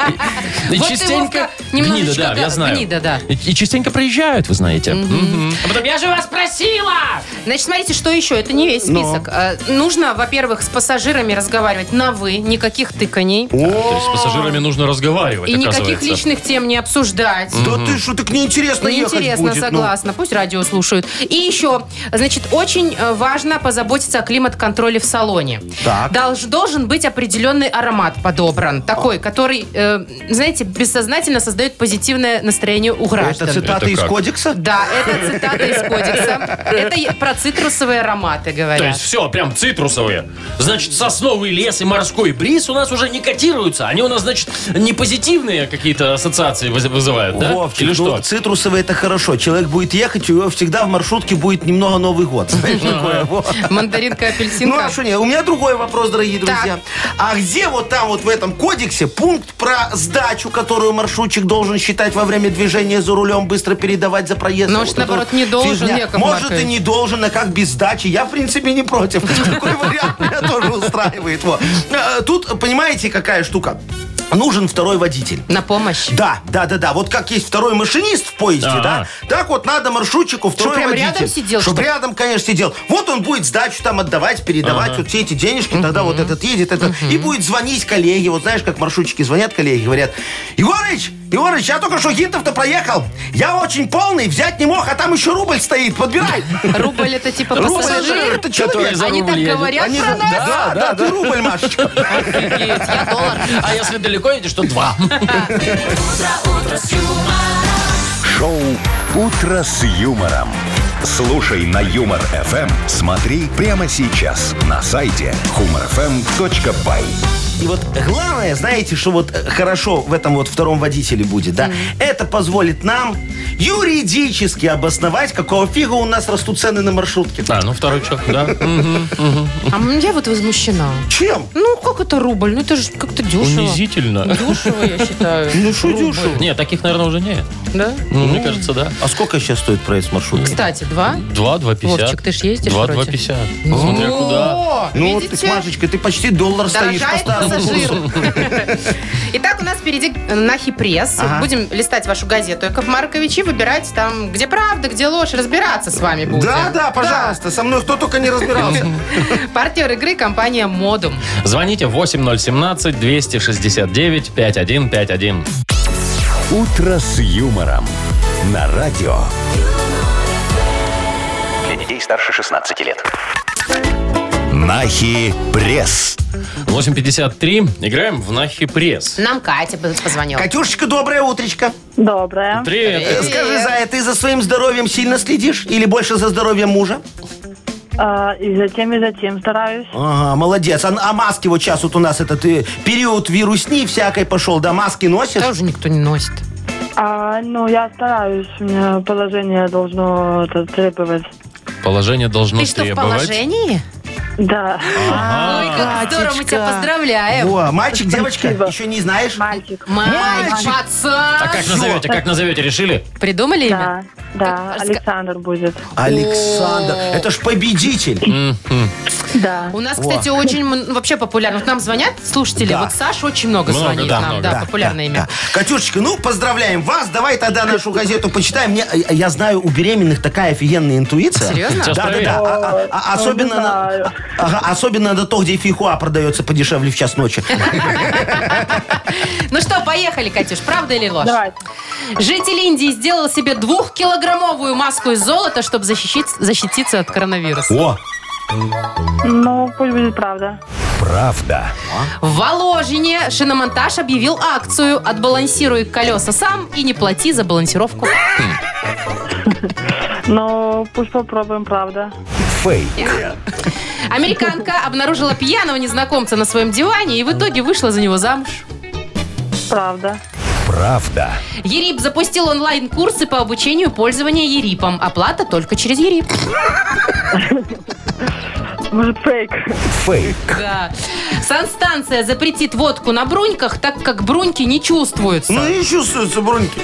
И Вот ты, частенько Вовка, немножечко, гнида, да, я знаю. гнида, да. И частенько проезжают, вы знаете. Мгм. А потом, я же вас просила! Значит, смотрите, что еще? Это не весь список. Нужно, во-первых, с пассажирами разговаривать на «вы», никаких тыканий. То есть с пассажирами нужно разговаривать, И никаких оказывается. личных тем не обсуждать. Да ты что, так неинтересно ехать Неинтересно, будет. согласна. Пусть радио слушают. И еще, значит, очень важно позаботиться о климат-контроле в салоне. Так. Должен быть определенный аромат подобран. Такой, который, знаете, бессознательно создает позитивное настроение у граждан. Это цитата Это из как? кодекса? Да, это цитата из кодекса. Это про цитрусовые цитрусовые ароматы, говорят. То есть все, прям цитрусовые. Значит, сосновый лес и морской бриз у нас уже не котируются. Они у нас, значит, не позитивные какие-то ассоциации вызывают, да? Вовчик, Или что? цитрусовые это хорошо. Человек будет ехать, у него всегда в маршрутке будет немного Новый год. Знаешь, такое? Во. Мандаринка, апельсинка. Ну, а что нет? У меня другой вопрос, дорогие друзья. А где вот там вот в этом кодексе пункт про сдачу, которую маршрутчик должен считать во время движения за рулем, быстро передавать за проезд? Может, Вот наоборот, это не вот должен, фигня. Яков Может, и Маркович. не должен, а как без сдачи? Я, в принципе, не против. Такой вариант меня тоже устраивает. Во. Тут, понимаете, какая штука? Нужен второй водитель. На помощь. Да. Вот как есть второй машинист в поезде, Ага. да? Так вот надо маршрутчику второй прям водитель. рядом сидел, Чтоб что ли? рядом, конечно, сидел. Вот он будет сдачу там отдавать, передавать вот все эти денежки, тогда вот этот едет, этот, и будет звонить коллеге. Вот знаешь, как маршрутчики звонят коллеги, говорят: Егорыч, я только что Гинтов-то проехал. Я очень полный, взять не мог, а там еще рубль стоит, подбирай. Рубль это типа Рубль пассажир? это Который человек. за Они рубль так едет. говорят Они про же- нас? Да, ты рубль, Машечка. Офигеть, я доллар. А если далеко едешь, то 2. Шоу «Утро с юмором». Слушай на Юмор ФМ. Смотри прямо сейчас на сайте humorfm.by. И вот главное, знаете, что вот хорошо в этом вот втором водителе будет, да? Это позволит нам юридически обосновать, какого фига у нас растут цены на маршрутке. А, ну второй что, да? А я вот возмущена. Чем? Ну, как это рубль? Ну, это же как-то дешево. Унизительно. Дешево, я считаю. Ну, что Рубль. дешево? Нет, таких, наверное, уже нет. Да? Ну, мне кажется, да. А сколько сейчас стоит проезд маршрутки? Кстати, 2? 2,50. Вовчик, ты ж ездишь 2,50. Смотря куда. О, Ну, видите? ты, Машечка, ты почти доллар стоишь по Дорожает старому пассажир. курсу. Итак, у нас впереди Нахи Пресс. Ага. Будем листать вашу газету, Яков Маркович, и выбирать там, где правда, где ложь, разбираться с вами будем. Да, пожалуйста, со мной кто только не разбирался. Партнер игры — компания «Модум». Звоните 8017-269-5151. «Утро с юмором» на радио. Для детей старше 16 лет. Нахи Пресс. 8:53. Играем в Нахи Пресс. Нам Катя позвонила. Катюшечка, доброе утречко. Доброе. Привет. Скажи, Зая, ты за своим здоровьем сильно следишь? Или больше за здоровьем мужа? И затем стараюсь. Ага, молодец. А маски вот сейчас вот у нас этот период вирусни всякой пошел, да, маски носишь? Тоже никто не носит. Я стараюсь. У меня положение должно это требовать. Положение должно Ты что, в требовать. положении? Да. Ой, как здорово, мы тебя поздравляем. Во, мальчик, девочка, Спасибо. еще не знаешь? Мальчик. Мальчик, пацан. А как назовете? Решили? Придумали имя? Да, Как- Александр будет. Александр, это ж победитель. Да. У нас, кстати, очень вообще популярно. Вот нам звонят слушатели. Да. Вот Саша очень много Много, звонит да, нам. много. Да, популярное имя. Да. Катюшечка, ну, поздравляем вас. Давай тогда нашу газету почитаем. Я знаю, у беременных такая офигенная интуиция. Серьезно? Сейчас Да. проверим. Особенно, не знаю. особенно на то, где фихуа продается подешевле в час ночи. Ну что, поехали, Катюш. Правда или ложь? Давайте. Житель Индии сделал себе 2-килограммовую маску из золота, чтобы защититься от коронавируса. О, Ну, пусть будет правда. Правда. В Воложине шиномонтаж объявил акцию «Отбалансируй колеса сам и не плати за балансировку». Но пусть попробуем правда. Фейк. Американка обнаружила пьяного незнакомца на своем диване и в итоге вышла за него замуж. Правда. Правда. ЕРИП запустил онлайн-курсы по обучению пользования ЕРИПом. Оплата только через ЕРИП. Может, фейк. Фейк. Да. Санстанция запретит водку на бруньках, так как бруньки не чувствуются. ну и чувствуются бруньки.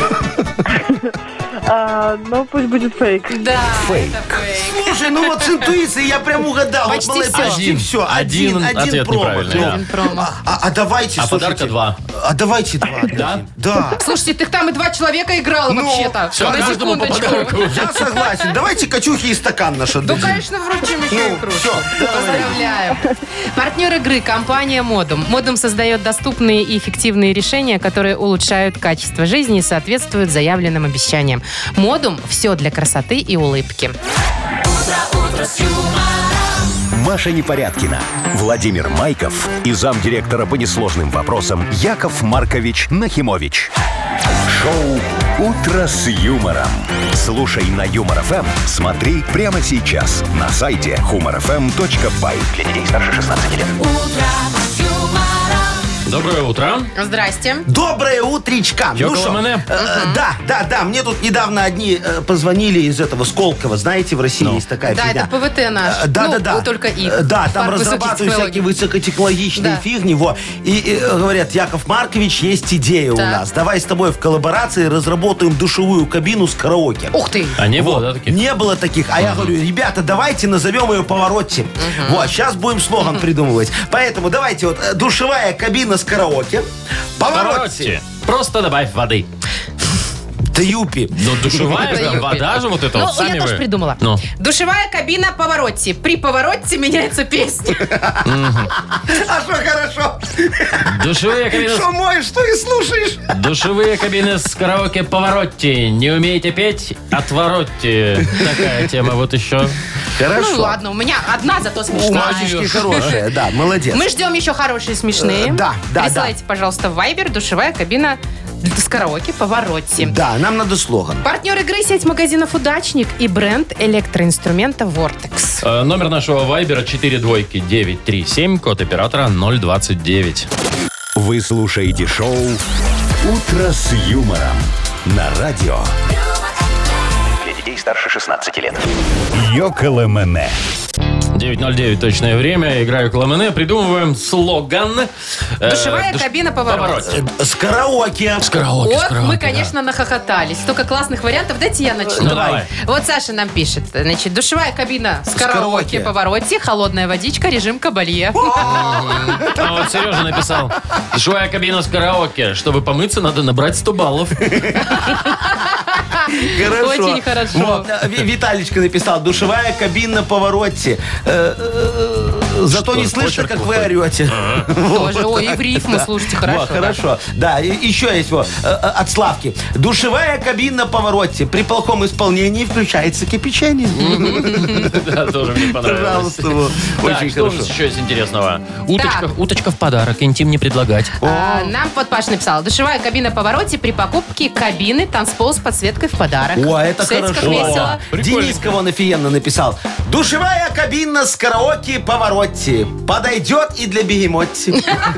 Ну, пусть будет фейк. Да, Фейк. это фейк. Слушай, ну вот с интуицией я прям угадал. Почти Вот молодец, всё. почти все. Один ответ промах. неправильный, Ну, да. Один промах. А давайте, А слушайте. подарка 2. А давайте 2. Да? Да. Слушайте, ты там и 2 человека играло Ну, вообще-то. всё, На каждому по секундочку. подарку. Я согласен. Давайте Катюхе и стакан наш Ну, отдадим. конечно, вручим еще Ну, и кружку. всё, давай. Поздравляем. Партнер игры — компания «Модум». «Модум» создает доступные и эффективные решения, которые улучшают качество жизни и соответствуют заявленным обещаниям. «Модум» — все для красоты и улыбки. Маша Непорядкина, Владимир Майков и замдиректора по несложным вопросам Яков Маркович Нахимович. Шоу «Утро с юмором». Слушай на Юмор ФМ, смотри прямо сейчас на сайте humorfm.by. Для детей старше 16 лет. Доброе утро. Здрасте. Доброе утречка. Чё, шо, Коломане? Да. Мне тут недавно одни позвонили из этого Сколково. Знаете, в России есть такая Да, фигня. это ПВТ наш. Да. Только их. Да, там Парк высоких разрабатывают технологий. всякие высокотехнологичные Да. фигни. Во. И говорят, Яков Маркович, есть идея у Так. нас. Давай с тобой в коллаборации разработаем душевую кабину с караоке. Ух ты. А не было, да, таких? Не было таких. А я говорю, ребята, давайте назовем ее Поворотти. Вот, сейчас будем слоган придумывать. Поэтому давайте вот душевая кабина с караоке. Поворотти. Поворотти. Просто добавь воды. Да юпи. Ну, душевая, Да, прям юпи. вода же вот это Ну, вот. Сами я тоже вы. придумала. Ну. Душевая кабина Поворотти. При повороте меняется песня. А что хорошо? Душевые кабины, Что моешь, что и слушаешь? душевые кабины с караоке Поворотти. Не умеете петь? Отворотьте. Такая тема вот еще. Хорошо. Ну ладно, у меня одна, зато смешная. Умнички хорошие, да, молодец. Мы ждем еще хорошие, смешные. Да. Присылайте, пожалуйста, в Viber душевая кабина с караоке Поворотти. Да, нам надо слоган. Партнер игры — сеть магазинов «Удачник» и бренд электроинструмента «Вортекс». Номер нашего вайбера 42937, код оператора 029. Вы слушаете шоу «Утро с юмором» на радио. Для детей старше 16 лет. Йоколэмэне. 9:09 точное время. Играю Коломане. Придумываем слоган. Душевая кабина Поворотти. С караоке. С караоке, Вот с караоке, мы, да. конечно, нахохотались. Столько классных вариантов. Дайте я начну. Ну, давай. Вот Саша нам пишет. Значит, душевая кабина с караоке. караоке Поворотти, холодная водичка, режим кабалье. А вот Сережа написал: душевая кабина с караоке. Чтобы помыться, надо набрать 100 баллов. Хорошо. Очень хорошо. Вот, Виталичка написал, душевая кабина Поворотти. Зато не слышно, почерк как вы плохой. орете. Тоже. Ой, и в рифму, слушайте, хорошо. Вот, хорошо. Да, и еще есть вот от Славки. Душевая кабина Поворотти. При плохом исполнении включается кипячение. Да, тоже мне понравилось. Пожалуйста, вот. Так, Очень что у хорошо. нас еще есть интересного? Так. Уточка в подарок, интим не предлагать. Нам под Паша написала: душевая кабина Поворотти при покупке кабины танцпол с подсветкой в подарок. О, это Представляете, хорошо. как весело. Прикольно. Денис кого офигенно написал. Душевая кабина с караоке Поворотти. Подойдет и для бегемотти.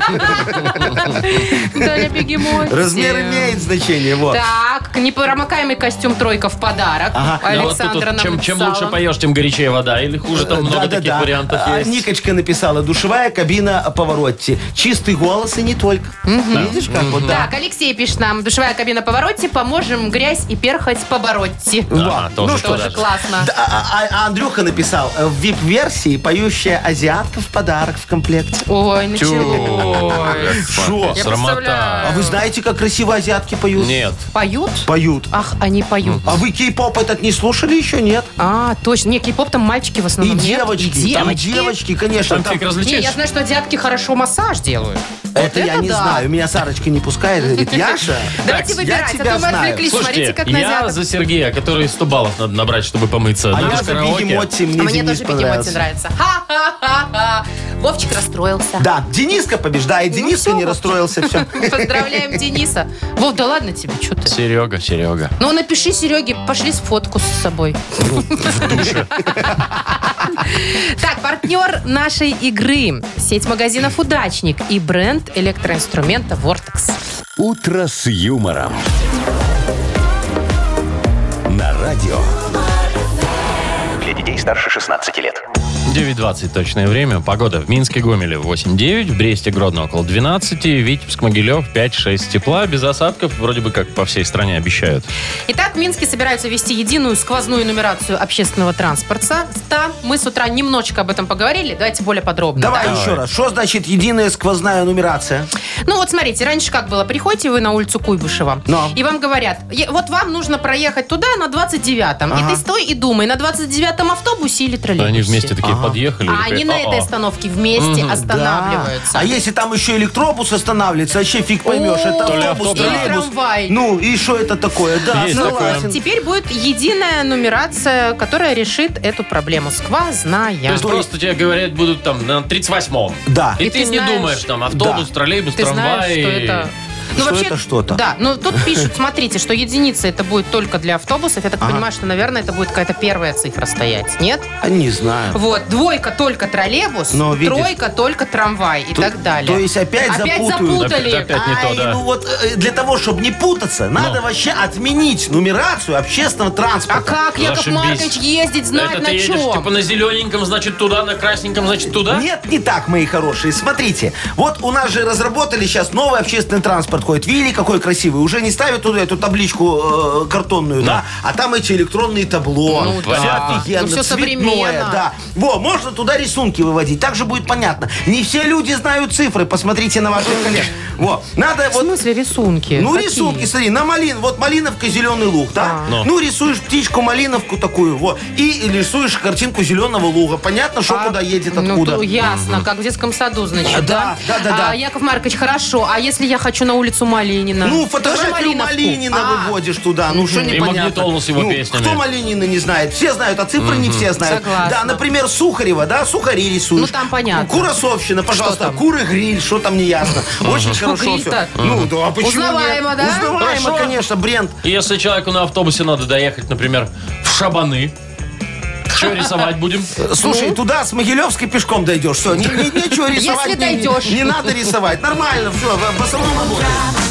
Далее бегемотти. Размер имеет значение. Вот. Так, непромокаемый костюм «Тройка» в подарок. Ага. Ну, вот тут Александра нам чем написала. лучше поешь, тем горячее вода. Или хуже, там много таких вариантов есть. Никочка написала, душевая кабина Поворотти. Чистый голос и не только. Видишь, как вот, да. Так, Алексей пишет нам: душевая кабина Поворотти, поможем грязь и перхоть поборотти. Да, тоже Ну, что Тоже даже. классно. Да, а Андрюха написал, в VIP-версии поющая азиатка в подарок в комплекте. Ой, началось. Шо? Я Срамота. представляю. А вы знаете, как красиво азиатки поют? Нет. Поют? Поют. Ах, они поют. А вы кей-поп этот не слушали еще, нет? А, точно. Не, кей-поп там мальчики в И основном. нет? девочки. И Там девочки. девочки, конечно. Там там- фиг Не, различишь. я знаю, что азиатки хорошо массаж делают. Это я не да. знаю. Меня Сарочка не пускает. Говорит, Яша, Давайте я выбирать, а тебя то мы знаю. отвлеклись. Смотрите, Слушайте, как на я азиаток. за Сергея, который 100 баллов надо набрать, чтобы помыться. А Ну, это я ж за караоке. бегемотти, А мне мне Денис тоже бегемоти понравился. нравится. Ха-ха-ха-ха. Вовчик расстроился. Да, Дениска побеждает. Ну Дениска всё, не Вовчик. расстроился. Все. Поздравляем Дениса. Вов, да ладно тебе, что ты? Серега. Ну, напиши Сереге, пошли с фотку с собой. Так, партнер нашей игры — сеть магазинов «Удачник» и бренд электроинструмента «Вортекс». «Утро с юмором». На радио. Для детей старше 16 лет. 9:20 точное время. Погода в Минске, Гомеле 8-9, в Бресте, Гродно около 12, Витебск, Могилев 5-6 тепла. Без осадков вроде бы как по всей стране обещают. Итак, в Минске собираются ввести единую сквозную нумерацию общественного транспорта. Мы с утра немножечко об этом поговорили. Давайте более подробно. Давай да? еще раз. Что значит единая сквозная нумерация? Ну вот смотрите, раньше как было? Приходите вы на улицу Куйбышева, Но. и вам говорят: вот вам нужно проехать туда на 29-м. И ты стой и думай, на 29-м автобусе или троллейбусе. Они вместе такие подъехали. А и они такие, на этой остановке вместе останавливаются. Да. А если там еще электробус останавливается, вообще фиг поймешь. О, Это То ли автобус, автобус. Или троллейбус. трамвай. Ну, и что это такое? Да, Есть согласен. такое. Теперь будет единая нумерация, которая решит эту проблему. Сквозная. То есть просто тебе говорят, будут там на 38-м. Да. И И ты ты не знаешь- думаешь, там автобус, Да. троллейбус, Ты трамвай. знаешь, что это Что это что-то? Да, ну тут пишут, смотрите, что единица это будет только для автобусов. Я так понимаю, что, наверное, это будет какая-то первая цифра стоять. Нет? Не знаю. Вот, 2 только троллейбус, Но, видишь, 3 только трамвай и так далее. То есть опять запутают. запутали. Опять не то, да. Ну вот для того, чтобы не путаться, надо вообще отменить нумерацию общественного А транспорта. как, Яков Зашибись. Маркович, ездить знать Это на ты едешь, чем? типа, на зелененьком, значит, туда, на красненьком, значит, туда? Нет, не так, мои хорошие. Смотрите, вот у нас же разработали сейчас новый общественный транспорт ходит. Видели, какой красивый? Уже не ставят туда эту табличку картонную, да? А там эти электронные табло. Ну Все да. офигенно, Ну, всё цветное, современно. да. Во, можно туда рисунки выводить. Так же будет понятно. Не все люди знают цифры. Посмотрите на ваших коллег. Во, надо В вот... смысле рисунки? Ну, Какие? рисунки, смотри, на вот Малиновка, Зеленый Луг, да? Ну, рисуешь птичку Малиновку такую, вот, и рисуешь картинку Зеленого Луга. Понятно, что куда едет, откуда. Ну, ясно, как в детском саду, значит, Да. Яков Маркович, хорошо. А если я хочу на улицу Малинина? Ну, Тоже фотографию Малиновку? Малинина выводишь туда. Ну, что И непонятно. магнитолу с его песнями. Кто Малинина не знает? Все знают, а цифры не все знают. Согласна. Да, например, Сухарева, да, сухари рисуешь. Ну, там понятно. Курасовщина, пожалуйста. там? Куры-гриль, что там не ясно. Очень хорошо все. гриль-то? Ну, да, а почему Узнаваемо, нет? да? Узнаваемо, Хорошо. конечно, бренд. Если человеку на автобусе надо доехать, например, в Шабаны, что рисовать будем? Слушай, туда с Могилевской пешком дойдешь. Все, нечего рисовать. Если дойдешь. Не надо рисовать. Нормально, все, по самому работает.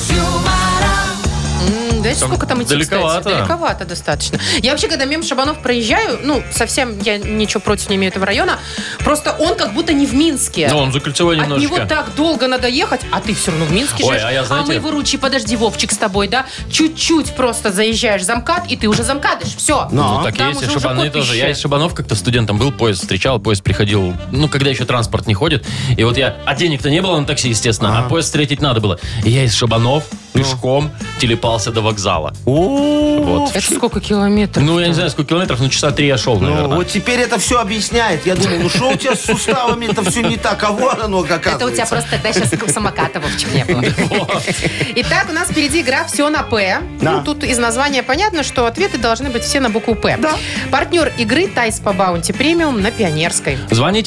Знаете, сколько там идти, далековато. кстати? Далековато достаточно. Я вообще, когда мимо Шабанов проезжаю, ну, совсем я ничего против не имею этого района, просто он как будто не в Минске. Ну, он за кольцевой От немножечко. него так долго надо ехать, а ты все равно в Минске Ой, живешь. а я, знаете- мы, выручи, подожди, Вовчик с тобой, да? Чуть-чуть просто заезжаешь в замкат, и ты уже замкадишь. Все. Ну, так Там есть, и уже Шабаны попище. тоже. Я из Шабанов как-то студентом был, поезд встречал, поезд приходил, ну, когда еще транспорт не ходит. И вот я, а денег-то не было на такси, естественно, а поезд встретить надо было. И я из Шабанов пешком телепался до вокзала. Вот. Это сколько километров? Ну, я не знаю, сколько километров, но часа 3 я шел, Ну, наверное. вот теперь это все объясняет. Я думаю, ну что у тебя с суставами, это все не так, а вот оно как Это у тебя просто тогда сейчас самоката, Вовчик, не было. Итак, у нас впереди игра «Все на П». Да. Ну, тут из названия понятно, что ответы должны быть все на букву «П». Да. Партнер игры «Тайс по баунти премиум» на Пионерской. Звоните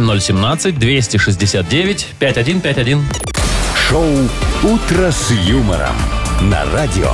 8017-269-5151. Шоу «Утро с юмором» на радио.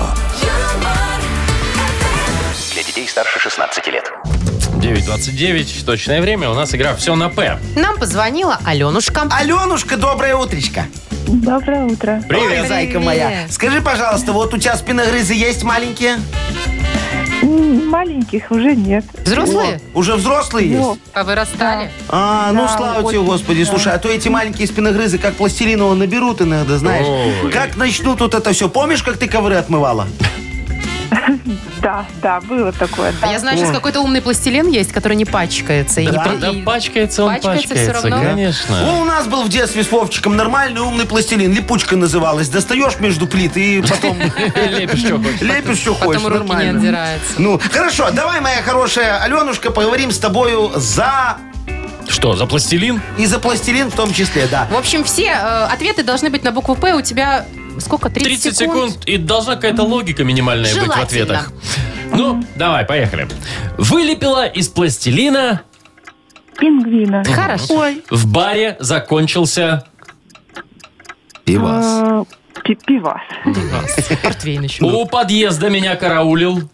Для детей старше 16 лет. 9:29, точное время. У нас игра «Все на П». Нам позвонила Аленушка. Аленушка, доброе утречко. Доброе утро. Привет, зайка моя. Скажи, пожалуйста, вот у тебя спиногрызы есть маленькие? Маленьких уже нет. Взрослые? Уже взрослые есть? Ну, Повырастали? Ну, Да, слава тебе, очень, Господи. да. Слушай, а то эти маленькие спиногрызы как пластилиново наберут иногда, знаешь. Ой. Как начнут вот это все. Помнишь, как ты ковры отмывала? да, было такое. А я знаю, сейчас какой-то умный пластилин есть, который не пачкается. И не Да? при- Да и- пачкается он, Пачкается всё пачкается, равно? конечно. Ну, у нас был в детстве с Вовчиком нормальный умный пластилин. Липучка называлась. Достаешь между плит и потом Лепишь, что хочешь. лепишь, что хочешь. Потом руки не Нормально. отдираются. Ну, хорошо, давай, моя хорошая Аленушка, поговорим с тобою Что, за пластилин? и за пластилин в том числе, да. В общем, все ответы должны быть на букву «П». У тебя сколько? 30 секунд, и должна какая-то логика минимальная быть в Желательно. ответах. Ну, давай, поехали. Вылепила из пластилина, Пингвина. Хорошо. в баре закончился... Пивас. Пивас. Портвейн еще. У подъезда меня караулил.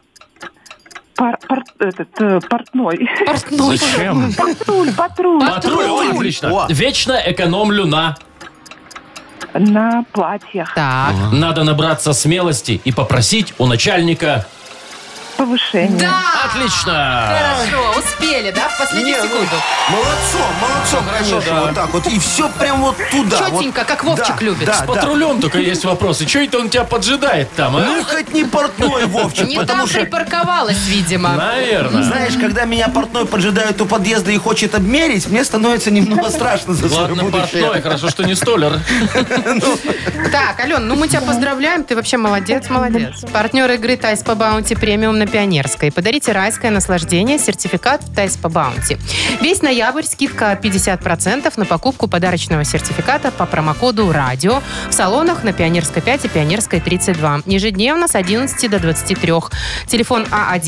Портной. Портной. Зачем? Патруль. Патруль, о, отлично. О. Вечно экономлю на... На платьях. Так. Надо набраться смелости и попросить у начальника... Повышение. Да! Отлично! Хорошо, успели, да? В последнюю секунду. Молодцом, хорошо, конечно, да. вот так вот. И все прям вот туда. Четенько, как Вовчик Да, любит. да, С патрулем только есть вопросы. Че это он тебя поджидает там, а? Ну, хоть не портной, Вовчик, Не потому там что... припарковалась, видимо. Наверное. Знаешь, когда меня портной поджидает у подъезда и хочет обмерить, мне становится немного страшно за свое Ладно, будущее. портной, хорошо, что не столер. Так, Ален, ну мы тебя поздравляем. Ты вообще молодец. Партнер игры «Тайс по баунти премиум» на Пионерской. Подарите райское наслаждение, сертификат «Тайс по баунти». Весь ноябрь скидка 50% на покупку подарочного сертификата по промокоду «Радио» в салонах на Пионерской 5 и Пионерской 32. Ежедневно с 11 до 23. Телефон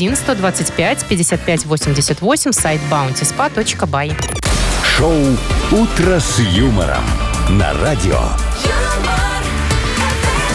А1-125-55-88, сайт bountyspa.by. Шоу «Утро с юмором» на радио.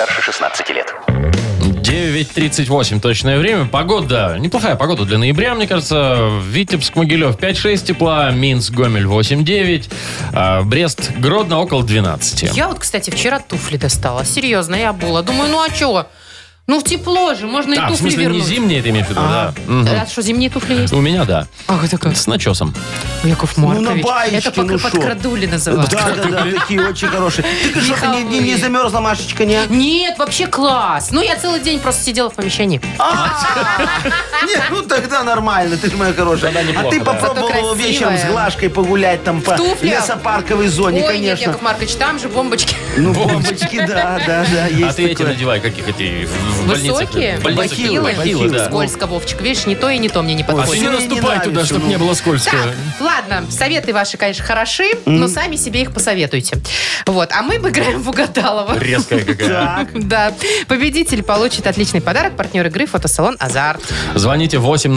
старше 16 лет. 9:38 точное время. Погода, неплохая погода для ноября, мне кажется. Витебск, Могилев 5-6 тепла, Минск, Гомель 8-9, Брест, Гродно около 12. Я вот, кстати, вчера туфли достала. Серьезно, я обула. Думаю, ну а чего? Ну, тепло же, можно и в туфли смысле, вернуть. не зимние ты имеешь в виду, да? А что, зимние туфли есть? У меня, да. Ах, это как? С начесом. Яков Ну, Маркович. на баечке, Это пока ну шо? подкрадули называют. Да, такие очень хорошие. Ты что, ты не замерзла, Машечка, не? Нет, вообще класс. Ну, я целый день просто сидела в помещении. Нет, ну тогда нормально, ты же моя хорошая. Тогда неплохо, А ты да. попробовала Зато вечером с красивая. Глашкой погулять там по туфлях? лесопарковой зоне, Ой, нет, конечно. Яков Маркович, там же бомбочки. Ну, бомбочки, да, есть А ты эти такое. надевай, каких эти в больницах? Высокие? В больницах Бахилы? бахилы, да. Скользко, Вовчик. Видишь, ни то и не то мне не А ты подходит. не Ой, не наступай туда, нравится, чтобы ну. не было скользко. Так, ладно, советы ваши, конечно, хороши, но сами себе их посоветуйте. Вот, а мы играем в угадалово. Резкая какая. Да. Победитель получит отличный подарок. Партнер игры «Фотосалон Азарт». Звоните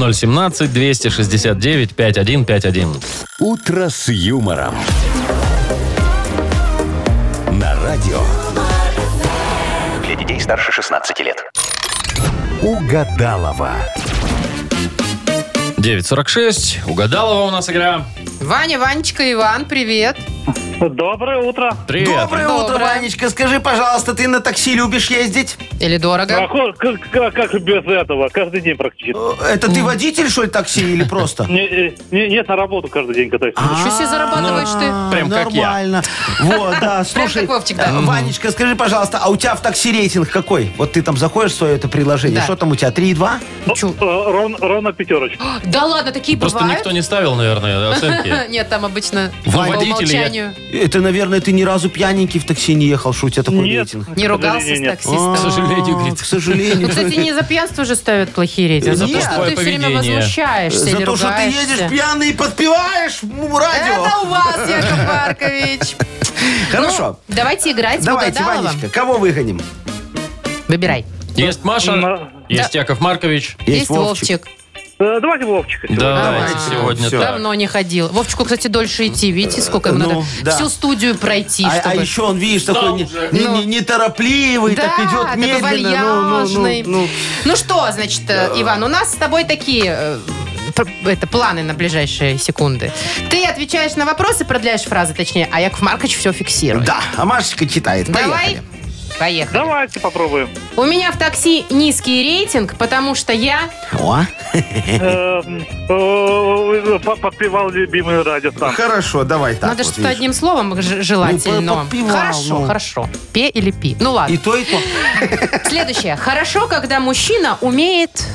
8017-269-5151. «Утро с юмором». На радио Для детей старше 16 лет. «Угадалова». 9:46. Угадалова у нас игра. Ваня, Ванечка, Иван, привет. Доброе утро. Привет. Доброе утро, Доброе. Ванечка. Скажи, пожалуйста, ты на такси любишь ездить? Или дорого? Как без этого? Каждый день практически. Это ты водитель, что ли, такси или просто? Нет, на работу каждый день катаюсь. Ничего себе зарабатываешь ты. Прям как я. Нормально. Вот, да, слушай. как Вовчик, да. Ванечка, скажи, пожалуйста, а у тебя в такси рейтинг какой? Вот ты там заходишь в свое это приложение, Да. что там у тебя, 3,2? Ровно пятерочка. Да ладно, такие Просто бывают? никто не ставил, наверное, оценки. Нет, там обычно по водители, умолчанию. Это, наверное, ты ни разу пьяненький в такси не ехал, что у тебя такой Нет. рейтинг? Не ругался с Нет. К таксистом. сожалению, говорит. К сожалению. Ну, кстати, не за пьянство же ставят плохие рейтинги. За то, Нет. что Плохое ты все время поведение. возмущаешься или За то, что ты ругаешься. едешь пьяный и подпеваешь радио. Это у вас, Яков Маркович. Хорошо. Ну, давайте играть в Давайте, угадалово. Ванечка, кого выгоним? Выбирай. Есть Маша, есть Яков Маркович. Есть Вовчик. Давайте Вовчика. Давайте сегодня Всё. так. Давно не ходил. Вовчику, кстати, дольше идти. Видите, сколько ему Ну, надо да. всю студию пройти, А чтобы... еще он, видишь, такой уже. неторопливый, так идет такой медленно. вальяжный. Ну что, значит, Иван, у нас с тобой такие планы на ближайшие секунды. Ты отвечаешь на вопросы, продляешь фразы, точнее, а Яков Маркович все фиксирует. Да, а Машечка читает. Давай. Поехали. Поехали. Давайте попробуем. У меня в такси низкий рейтинг, потому что я... О, Подпевал любимый радиостанцию. хорошо, давай так. Надо вот, что-то видишь. одним словом желательно. Ну, подпевал, Хорошо, ну. хорошо. Пе или пи. Ну ладно. И то, и то. Следующее. Хорошо, когда мужчина умеет...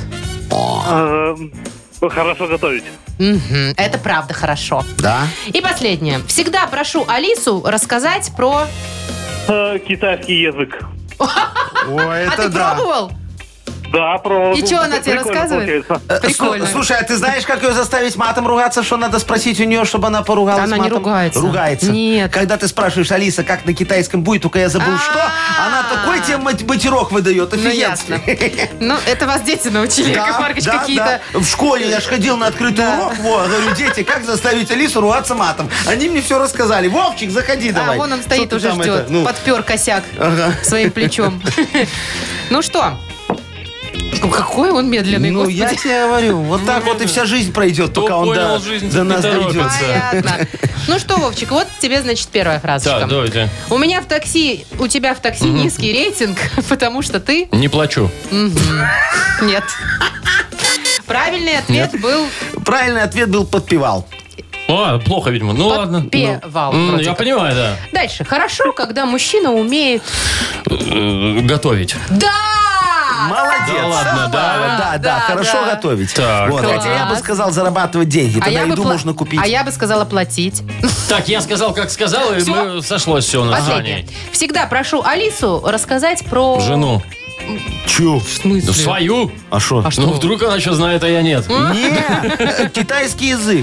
Хорошо готовить. Мгм, это правда хорошо. Да. И последнее. Всегда прошу Алису рассказать про... Китайский язык. Ой, А ты пробовал? Да, про... И что она тебе прикольно рассказывает? получается. Прикольно. Слушай, а ты знаешь, как ее заставить матом ругаться? Что надо спросить у нее, чтобы она поругалась Она не матом? ругается. Ругается. Нет. Когда ты спрашиваешь, Алиса, как на китайском будет, только я забыл, что, она такой тебе матерок выдает, Ну, офигенский. ясно. Ну, это вас дети научили, Яков Маркович, какие-то... да. В школе я ж ходил на открытый урок. Вот, говорю, дети, как заставить Алису ругаться матом? Они мне все рассказали. Вовчик, заходи давай. А вон он Что стоит, ты уже там ждет. это, ну, Подпер косяк Ага. своим плечом. Ну что? Ну, какой он медленный, Ну, я господи. тебе говорю, вот так вот и вся жизнь пройдет, Кто пока он понял, жизнь до нас не дойдет. торопится. Понятно. Ну что, Вовчик, вот тебе, значит, первая фразочка. Так, давайте. У меня в такси, у тебя в такси низкий рейтинг, потому что ты... Не плачу. Нет. Правильный ответ был Правильный ответ был подпевал. Плохо, видимо. Ну ладно. подпевал. вроде Я как. понимаю, да. Дальше. Хорошо, когда мужчина умеет... Готовить. Да! Молодец. Да ладно, да, да, хорошо да. готовить. Так. Вот, хотя я бы Класс. сказал зарабатывать деньги. Тогда еду можно купить. А я бы сказала платить. Так, я сказал, как сказал, и Всё. сошлось все у нас с Последнее. Ваней. Всегда прошу Алису рассказать про... Жену. Чё? В смысле? Да свою. А что? А что? Ну, вдруг она что знает, а я нет. Нет, китайский язык.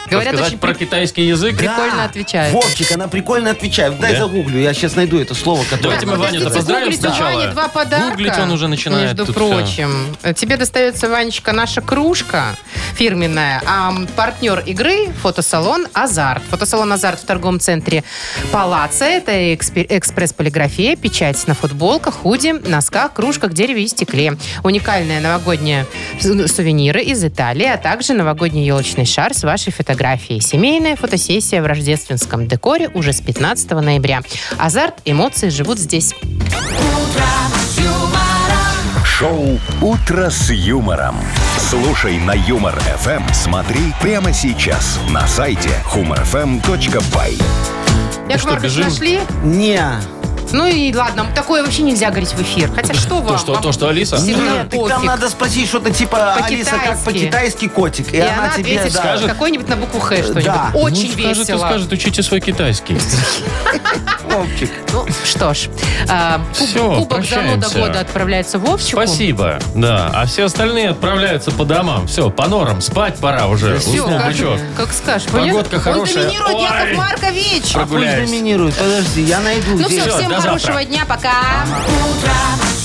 Говорят, Рассказать очень про китайский язык? прикольно отвечает. Вовчик, она прикольно отвечает. Дай Да? загуглю, я сейчас найду это слово, которое... Давайте мы Ваню-то Подождите, поздравим гуглите у сначала. Вани 2 подарка. Гуглить он уже начинает. Между тут прочим. Тебе достается, Ванечка, наша кружка фирменная. А партнер игры – фотосалон «Азарт». Фотосалон «Азарт» в торговом центре «Палаццо». Это экспресс-полиграфия, печать на футболках, худи, носках, кружках, дереве и стекле. Уникальные новогодние сувениры из Италии, а также новогодний елочный шар с вашей фотографией. Семейная фотосессия в рождественском декоре уже с 15 ноября. «Азарт», эмоции живут здесь. Шоу «Утро с юмором». Слушай на Юмор ФМ. Смотри прямо сейчас на сайте humorfm.by. Яков Маркович, бежим? нашли? Не. Ну и ладно, такое вообще нельзя говорить в эфир. Хотя что вам? То, что Алиса? Всегда Нет, так там пофиг. надо спросить что-то типа Алиса, как По-китайски. по-китайски котик. И она тебе ответит скажет. какой-нибудь на букву Х что-нибудь. Да. Очень Ну, весело. скажет, учите свой китайский. Вовчик. Ну, что ж. Всё, Кубок зануда прощаемся. года отправляется Вовчику. Спасибо, да. А все остальные отправляются по домам. Все, по норам, спать пора уже. Всё, Уснул, вы чё? как скажешь. Погодка хорошая. Он доминирует, Ой. Яков Маркович. Пусть Прогуляюсь. доминирует. Подожди, я найду. Ну где. все, Всё, всем до хорошего завтра. дня, пока. Утро с